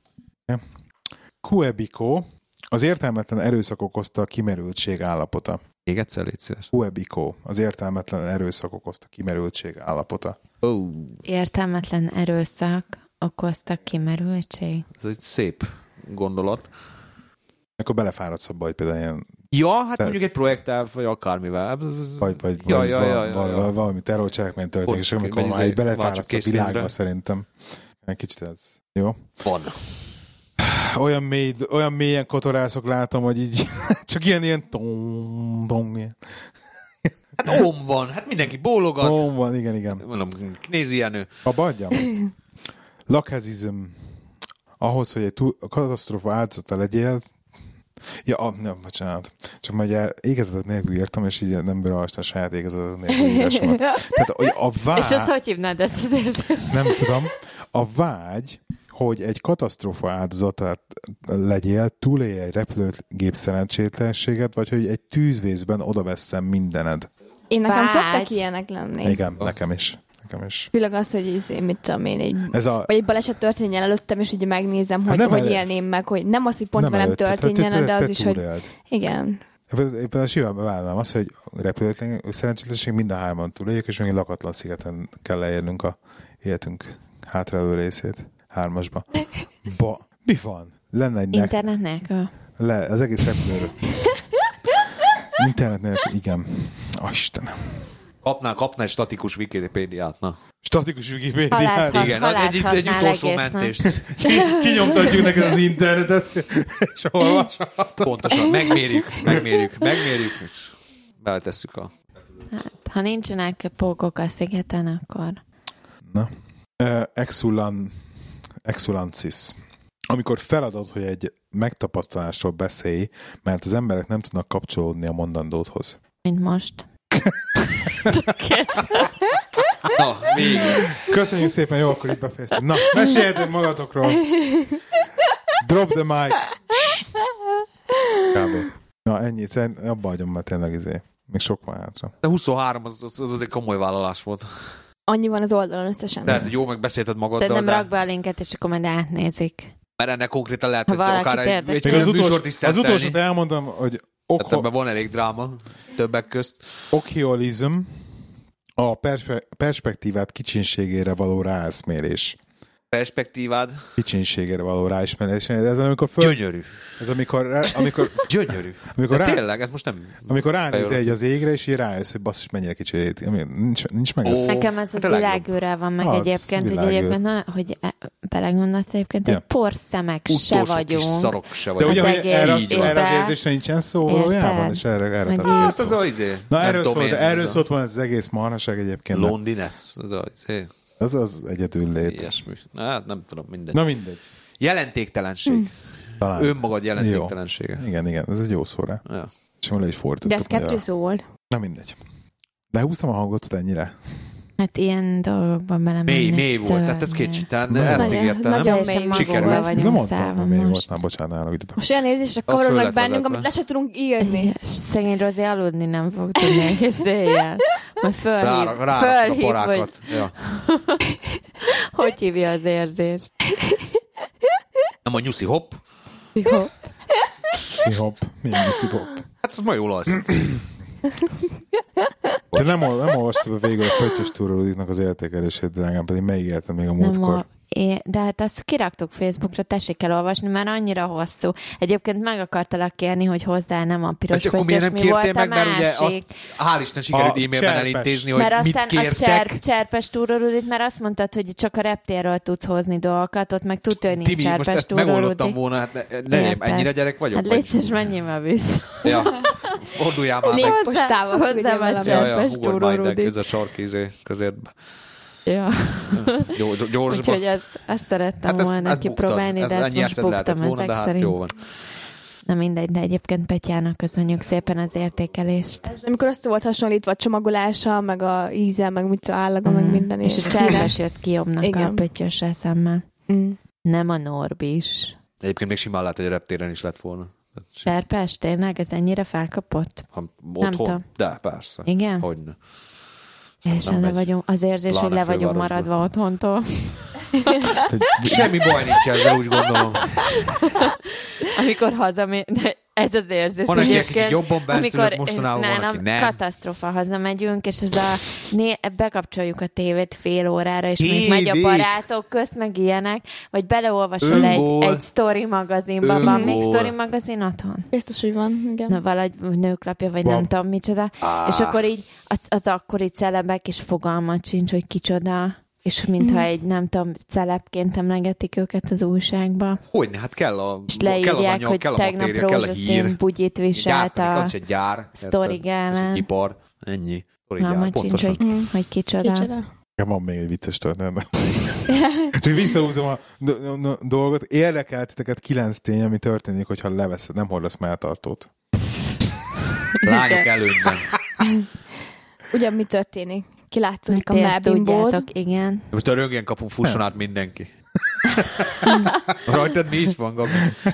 Speaker 2: Kuebiko. Az értelmetlen erőszak okozta a kimerültség állapota.
Speaker 4: Még egyszer légy szíves.
Speaker 2: Kuebiko. Az értelmetlen erőszak okozta kimerültség állapota.
Speaker 4: Oh.
Speaker 3: Értelmetlen erőszak okozta kimerültség?
Speaker 4: Ez egy szép gondolat.
Speaker 2: Akkor belefáradsz abba, hogy például ilyen...
Speaker 4: Ja, hát te... mondjuk egy projekttel, vagy akármivel.
Speaker 2: Vagy, vagy
Speaker 4: ja,
Speaker 2: vagy
Speaker 4: ja,
Speaker 2: val,
Speaker 4: ja, ja,
Speaker 2: val, val, valami terrorcselekmény történik, és amikor már egy belefáradsz a világba, szerintem. Egy kicsit ez. Jó?
Speaker 4: Van.
Speaker 2: Olyan, mély, olyan mélyen kotorászok látom, hogy így csak ilyen, ilyen tom, tom, ilyen.
Speaker 4: Hát óm van, hát mindenki bólogat.
Speaker 2: Óm van, igen, igen.
Speaker 4: Mondom, Knézi Jenő.
Speaker 2: Abba adjam. Lakhezizm. Ahhoz, hogy egy túl, katasztrófa áldozata legyél, ja, a, nem, bocsánat. Csak majd ugye égezetet nélkül írtam, és így nem bíráltam a saját égezetet nélkül írásomat. Tehát a, a vágy...
Speaker 3: És azt hogy hívnád ezt az érzést?
Speaker 2: Nem tudom. A vágy, hogy egy katasztrófa áldozatát legyél, túlélj egy repülőgép szerencsétlenséget, vagy hogy egy tűzvészben odaveszem mindened.
Speaker 1: Én nekem vágy. Szoktak ilyenek lenni.
Speaker 2: Igen, oh. nekem is. Nekem is.
Speaker 1: Főleg az, hogy izé, mit tudom én, egy,
Speaker 2: Ez a...
Speaker 1: vagy egy baleset történjen előttem, és ugye megnézem, hát hogy hogy élném meg, hogy nem az, hogy pont velem történjen, de az is, hogy igen.
Speaker 2: Éppen simán bevállalom azt, hogy repülőtlen szerencsétlenség mind a hárman túléljük, és még egy lakatlan szigeten kell leérnünk a életünk hátralévő részét. Hármasba. Ba, mi van? Lenne egy
Speaker 3: internet nélkül.
Speaker 2: Le, az egész repülőről. Internet nélkül, igen. Ó, Istenem.
Speaker 4: Kapnál, kapnál egy statikus Wikipédiát, na.
Speaker 2: Statikus Wikipédiát?
Speaker 4: Igen, egy, egy utolsó mentést.
Speaker 2: Kinyomtatjuk neked az internetet, és olvashatod.
Speaker 4: Pontosan, megmérjük, megmérjük, megmérjük, és beletesszük a...
Speaker 3: Hát, ha nincsenek pókok a szigeten, akkor...
Speaker 2: Na. Uh, exulan, exulancis. Amikor feladod, hogy egy megtapasztalásról beszélj, mert az emberek nem tudnak kapcsolódni a mondandódhoz.
Speaker 3: Mint most.
Speaker 4: Na, végre.
Speaker 2: Köszönjük szépen, jó, akkor itt befejeztem. Na, meséljetek magatokról. Drop the mic. Kb. Na, ennyit. Abba hagyom, mert tényleg izé. Még sok van hátra.
Speaker 4: De huszonhárom az, az, az egy komoly vállalás volt.
Speaker 1: Annyi van az oldalon összesen.
Speaker 4: Tehát jó, megbeszélted magaddal.
Speaker 3: De nem de... rak be a linket, és akkor majd átnézik.
Speaker 4: Mert ennek konkrétan lehet, hogy akár egy, egy
Speaker 2: az műsort is szentelni. Az utolsót elmondom, hogy
Speaker 4: okho... ebben van elég dráma többek közt.
Speaker 2: Okhiolizm a perspe- perspektívát kicsinségére való ráeszmélés.
Speaker 4: Perspektívád?
Speaker 2: Kicsinségére való ráismerés. Ez amikor föl...
Speaker 4: Gyönyörű.
Speaker 2: Ez amikor... amikor
Speaker 4: Gyönyörű.
Speaker 2: Amikor rá...
Speaker 4: tényleg, ez most nem...
Speaker 2: Amikor ránéz egy az égre, és így rájössz, hogy basszus, mennyire kicsi. Nincs, nincs meg ez.
Speaker 3: Nekem ez az világőrrel van meg az egyébként, hogy egyébként, na, hogy belegondolsz egyébként, hogy porszemek se vagyunk. Kis
Speaker 4: szarok se vagyunk.
Speaker 2: De ugye, hogy erre, az, erre az érzésre nincsen szó valójában, és erre, erre
Speaker 4: hát az az izé.
Speaker 2: Na, erről szólt, erről szólt van ez az egész marhaság egyébként.
Speaker 4: Loneliness, az az izé.
Speaker 2: Az az egyedül lét.
Speaker 4: Ilyesmi. Na, hát nem tudom, mindegy.
Speaker 2: Na mindegy.
Speaker 4: Jelentéktelenség. Talán. Önmagad jelentéktelensége.
Speaker 2: Jó. Igen, igen, ez egy jó szó rá.
Speaker 4: Ja.
Speaker 2: És le is fordítottuk.
Speaker 1: De ez kettő szó volt.
Speaker 2: Na mindegy. Lehúztam a hangot ennyire.
Speaker 3: Hát ilyen dolgokban belemenni.
Speaker 4: Mély, mély volt, tehát ez kétségtelen, de ezt ígértem.
Speaker 1: Nagyon mély
Speaker 4: sikerült.
Speaker 2: Nem mondtam, hogy mély volt, már bocsánat, állagítatok.
Speaker 1: Most olyan érzésre kavarodnak bennünk, amit le se tudunk írni.
Speaker 3: Szegény Rozi aludni nem fog tudni egész éjjel. Majd fölhív, fölhív, hogy...
Speaker 4: Ja.
Speaker 3: Hogy hívja az érzést?
Speaker 4: Nem a nyuszi, hopp.
Speaker 3: Hopp.
Speaker 2: Szihop. Milyen szihop?
Speaker 4: Hát ez ma jól alszik.
Speaker 2: Te nem, nem olvastad a végül a Pöttyös Túrolódiknak az értékelését, drágám, pedig megígértem még a múltkor.
Speaker 3: É, de hát azt kiraktuk Facebookra, tessék elolvasni, mert annyira hosszú. Egyébként meg akartalak kérni, hogy hozzá nem a piros
Speaker 4: hát
Speaker 3: pöttyös,
Speaker 4: nem
Speaker 3: mi volt
Speaker 4: meg,
Speaker 3: a
Speaker 4: mert
Speaker 3: másik.
Speaker 4: ugye azt, hál' Isten sikerült e-mailben elintézni, hogy
Speaker 3: mert
Speaker 4: mit kértek.
Speaker 3: Mert aztán a cserp, cserpes túrorudit, mert azt mondtad, hogy csak a reptérről tudsz hozni dolgokat, ott meg tudja, hogy nincs
Speaker 4: Timi,
Speaker 3: cserpes
Speaker 4: most ezt megoldottam volna, hát ne, ne, ennyire gyerek vagyok?
Speaker 3: Hát légy szíves, menjél már vissza.
Speaker 4: Ja, forduljál már meg.
Speaker 1: Postával
Speaker 3: hozzá a cserpes túrorudit.
Speaker 4: Ez a sarkízé közértbe.
Speaker 3: Ja.
Speaker 4: Gyorsba.
Speaker 3: Úgyhogy ezt, ezt szerettem hát volna kipróbálni, de ezt most buktam ezek
Speaker 4: hát
Speaker 3: szerint.
Speaker 4: Jó van.
Speaker 3: Na mindegy, de egyébként Petyának köszönjük szépen az értékelést.
Speaker 1: Ez amikor azt volt hasonlítva a csomagolása, meg a íze, meg mit állaga, mm. meg minden.
Speaker 3: És, és a cserpes jött ki jobbnak igen. a pöttyössel szemmel.
Speaker 1: Mm.
Speaker 3: Nem a Norbis.
Speaker 4: Egyébként még simán lehet, hogy a reptéren is lett volna.
Speaker 3: Cserpes, tényleg? Ez ennyire felkapott?
Speaker 4: Ha, otthon? De, persze.
Speaker 3: Igen?
Speaker 4: Hogyne.
Speaker 3: És le vagyunk, az érzés, hogy le vagyunk maradva otthontól.
Speaker 4: Semmi baj nincs ezzel, úgy gondolom.
Speaker 3: Amikor hazamér, ez az érzés.
Speaker 4: Van, aki kicsit jobban benszülött mostanában, van, aki nem.
Speaker 3: Katasztrofa, hazamegyünk, és ez a, né, bekapcsoljuk a tévét fél órára, és még megy a barátok közt, meg ilyenek, vagy beleolvasol egy, egy sztori magazinba. Van még sztori magazin otthon?
Speaker 1: Biztos, hogy van, igen.
Speaker 3: Na, valahogy nőklapja, vagy van. Nem tudom micsoda. Ah. És akkor így az, az akkori celebek, és fogalmat sincs, hogy kicsoda. És mintha egy, nem tudom, celebként emlegetik őket az újságba.
Speaker 4: Hogyne, hát kell a
Speaker 3: és leírják, kell az anyag, hogy kell a matéria, kell a hír. Bugyit viselt a
Speaker 4: az egy gyár,
Speaker 3: sztorigálán.
Speaker 4: Ipar, ennyi.
Speaker 3: Halmat sincs, hogy, hogy kicsoda. kicsoda.
Speaker 2: Van még egy vicces történet. Csak visszahúzom a do- do- dolgot. Érdekel titeket kilenc tény, ami történik, hogyha leveszed, nem hordasz melltartót.
Speaker 4: Lányok előnyben.
Speaker 1: Ugyan mi történik? Kilátszódik a melbimbód.
Speaker 3: Igen.
Speaker 4: Most a röntgen kapunk fusson át mindenki. Rajtad mi is van, Gabi?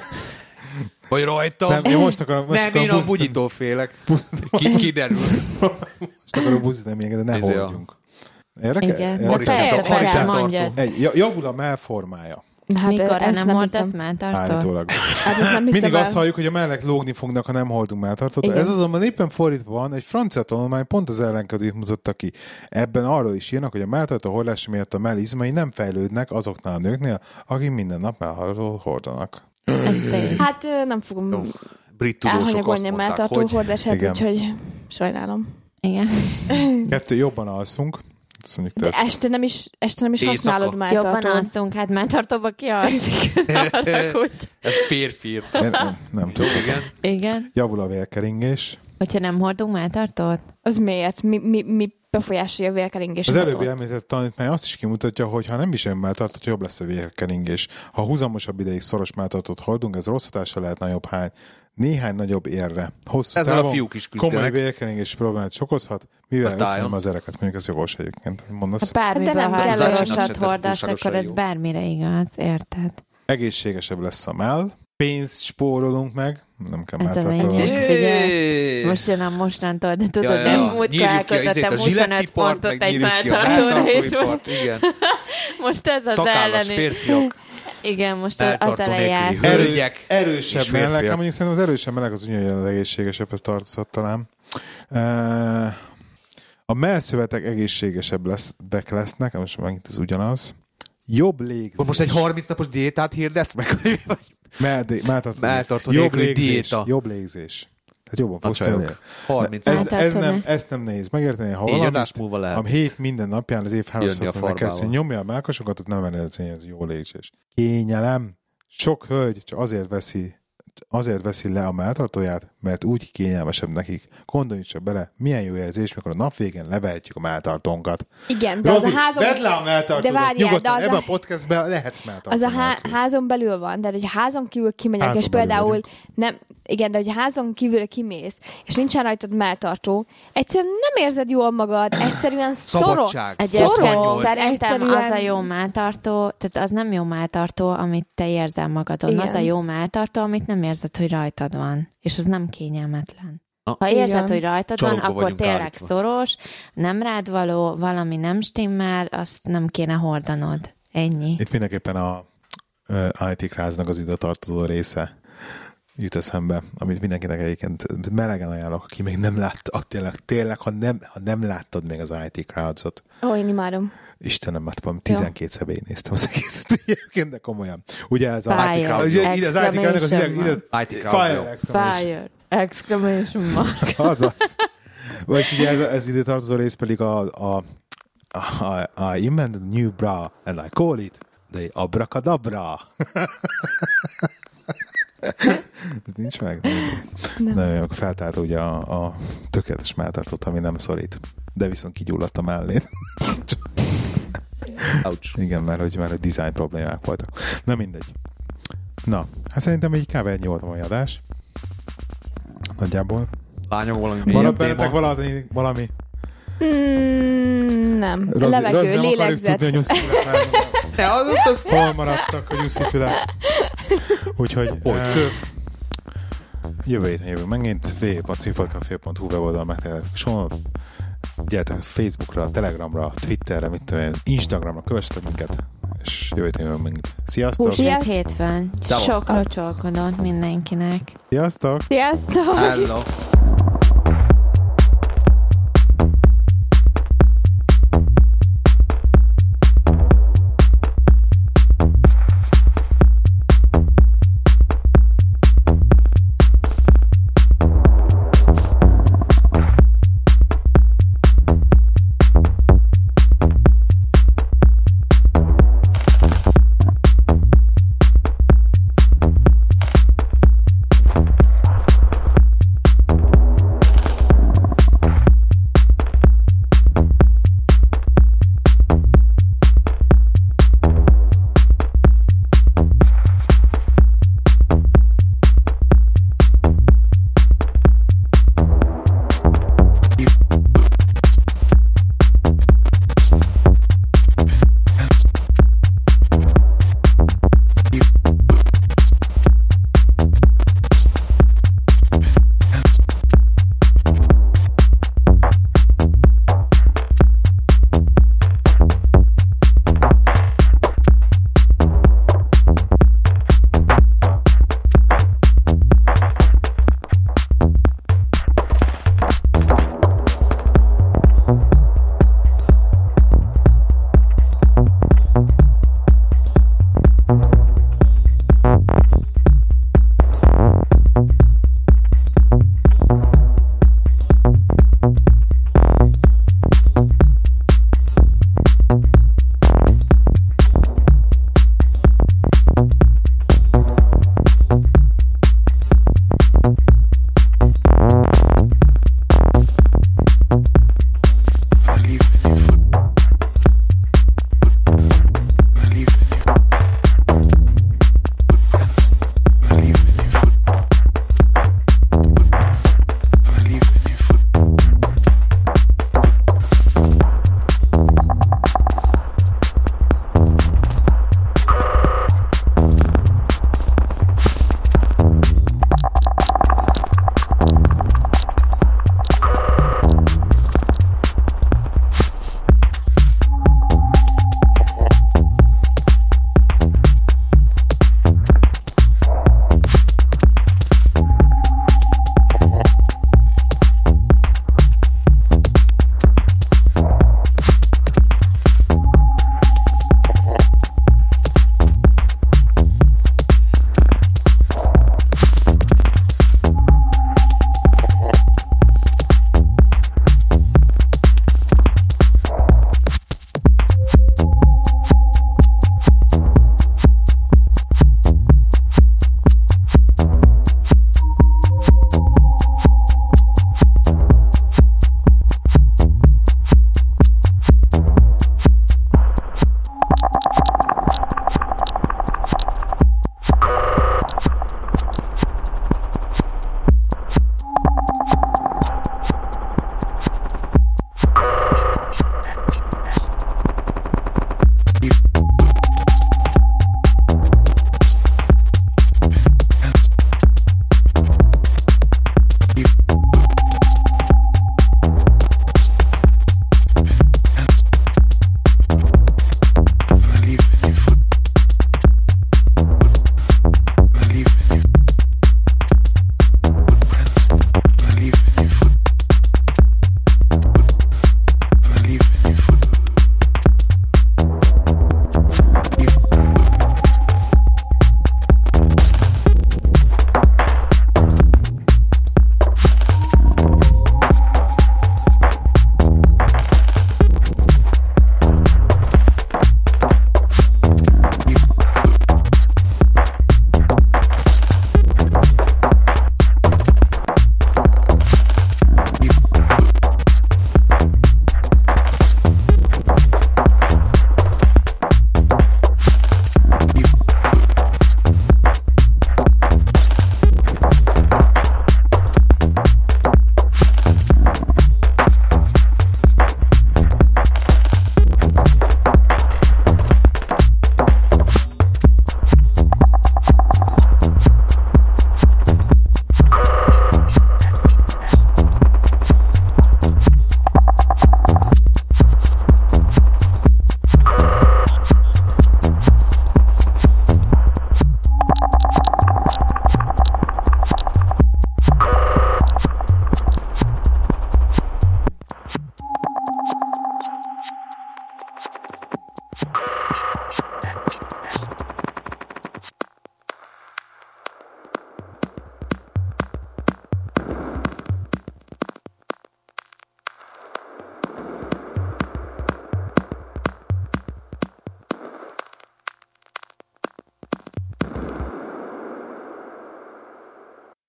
Speaker 4: Vagy rajta?
Speaker 2: Nem, én most akarom... Most
Speaker 4: nem, akarom én a bugyitól félek. Ki, kiderül.
Speaker 2: Most akarom buzdítani még, de ne
Speaker 3: Izé
Speaker 2: hordjunk. Érdekel?
Speaker 3: Igen, de persze, persze, mondjad.
Speaker 2: Javul a mellformája.
Speaker 3: Hát mikor nem, nem hordasz melltartót?
Speaker 2: Állítólag.
Speaker 1: Hát ez nem
Speaker 2: Mindig
Speaker 1: el.
Speaker 2: azt halljuk, hogy a mellek lógni fognak, ha nem hordunk melltartót. Ez azonban éppen fordítva van, egy francia tanulmány pont az ellenkezőjét mutatta ki. Ebben arról is írnak, hogy a melltartó hordása miatt a mellizmai nem fejlődnek azoknál a nőknél, akik minden nap melltartót hordanak.
Speaker 1: Hát nem fogom
Speaker 4: Jó. Brit tudósok azt mondták,
Speaker 1: melltartó hordását, úgyhogy sajnálom.
Speaker 3: Igen.
Speaker 2: Kettő, jobban alszunk.
Speaker 1: De este nem is, este nem is használod melltartót.
Speaker 3: Jobban alszunk, hát melltartóba ki alszik.
Speaker 4: Ez férfi.
Speaker 2: Nem, nem tudom.
Speaker 4: Igen.
Speaker 3: Igen.
Speaker 2: Javul a vérkeringés.
Speaker 3: Hogyha nem hordunk melltartót?
Speaker 1: Az miért? Mi, mi, mi befolyásolja a vérkeringés?
Speaker 2: Az előbbi említett tanítmány azt is kimutatja, hogy ha nem viselünk melltartót, jobb lesz a vérkeringés. Ha húzamosabb ideig szoros melltartót hordunk, ez rossz hatással lehet nagyobb hány, néhány nagyobb érre. Hosszú
Speaker 4: ezzel
Speaker 2: távon
Speaker 4: a fiúk is küzdenek.
Speaker 2: Komoly vérkeringés problémát sokozhat, mivel összenyom az ereket, mondjuk ez jogos egyébként. Mondasz?
Speaker 3: Hát bármiből, ha ez szorosat hordasz, akkor ez bármire igaz, érted?
Speaker 2: Egészségesebb lesz a mell, pénzt spórolunk meg, nem kell melltartóval.
Speaker 3: Figyelj, most jön a mostantól, de tudod, ja, ja. nem múltkor elkötöttem huszonöt pontot egy melltartóra, és most, most ez az
Speaker 4: szakállas férfiak.
Speaker 3: Igen, most az elején.
Speaker 2: Erő, erősebb meleg, hát mondjuk szerintem az erősebb meleg az ugyanilyen az egészségesebbhez tartozott talán. A mellszövetek egészségesebb lesznek, lesznek, most megint ez ugyanaz. Jobb légzés.
Speaker 4: Most egy harminc napos diétát hirdetsz meg?
Speaker 2: Melltartó jobb légzés. Jobb légzés. Tehát jobban fogsz tenni. Ez, ez, nem, ezt nem nehéz megérteni. Ha valamit, a hét minden napján az év háromszor megkezdeni, nyomja a mákosokat, ott nem eredmény, ez jó légzés. Kényelem. Sok hölgy csak azért veszi azért veszi le a melltartóját, mert úgy kényelmesebb nekik. Gondoljunk csak bele, milyen jó érzés, mikor a nap végén levehetjük a melltartónkat.
Speaker 1: Igen, de
Speaker 2: Rozi,
Speaker 1: az a házon...
Speaker 2: vedd le a melltartódat, nyugodtan, ebben a, a podcastben lehetsz melltartó.
Speaker 1: Az a há- házon belül van, de hogy házon kívül kimegyek, házon és például nem, igen, de hogy házon kívül kimész, és nincsen rajtad melltartó, egyszerűen nem érzed jól magad, egyszerűen szoros.
Speaker 3: Szoros. Szerintem az a jó melltartó, tehát az nem jó melltartó, amit te érzel magadon. Igen. Az a jó melltartó, amit nem érzed, hogy rajtad van. És az nem kényelmetlen. Ha ah, érzed, igen. hogy rajtad Csalókba van, akkor tényleg állítva. Szoros, nem rád való, valami nem stimmel, azt nem kéne hordanod. Ennyi.
Speaker 2: Itt mindenképpen a uh, I T kráznak az ide tartozó része jut eszembe, amit mindenkinek egyébként melegen ajánlok, aki még nem látta, tényleg, tényleg ha, nem, ha nem láttad még az i té Crowds-ot.
Speaker 1: Ó, én imádom.
Speaker 2: Istenem, mert tizenkétszer végignéztem az egészet egyébként, de komolyan. Ugye ez a
Speaker 3: Fire,
Speaker 2: i té Crowd, az i té Crowd-nak az ide, ide,
Speaker 4: i té Crowd,
Speaker 2: Fire, exclamation.
Speaker 3: Fire, exclamation mark.
Speaker 2: Azaz. Vagyis ugye ez, ez ide tartozó rész pedig a, a, a, I invented a new bra, and I call it the abracadabra. Ez nincs meg? Nem. Nem, akkor feltárt ugye a, a tökéletes melltartót, ami nem szorít. De viszont kigyulladt a mellén.
Speaker 4: Ouch.
Speaker 2: Igen, mert hogy, mert hogy design problémák voltak. Na mindegy. Na, hát szerintem így kb. Ennyi volt a mai adás. Nagyjából.
Speaker 4: Lányok, valami
Speaker 2: Maradt bennetek valami? valami?
Speaker 1: Mm, nem.
Speaker 2: Rozi,
Speaker 1: Levegő,
Speaker 2: Rozi, nem
Speaker 1: lélegzet.
Speaker 2: Tudni, a nyuszifülek
Speaker 4: Te az az...
Speaker 2: Hol maradtak a nyuszifülek? Úgyhogy...
Speaker 4: Hogy
Speaker 2: uh,
Speaker 4: köv.
Speaker 2: Jövő héten jövő megint. w w w pont színpadcafé pont hu weboldal megtaláljátok sonot. Gyertek Facebookra, Telegramra, Twitterre, mit tudom én, Instagramra, kövessetek minket, és jövő héten jövő megint. Sziasztok!
Speaker 3: Húsvét hétfőn. Sok locsolkodott mindenkinek.
Speaker 2: Sziasztok!
Speaker 1: Sziasztok!
Speaker 4: Hello!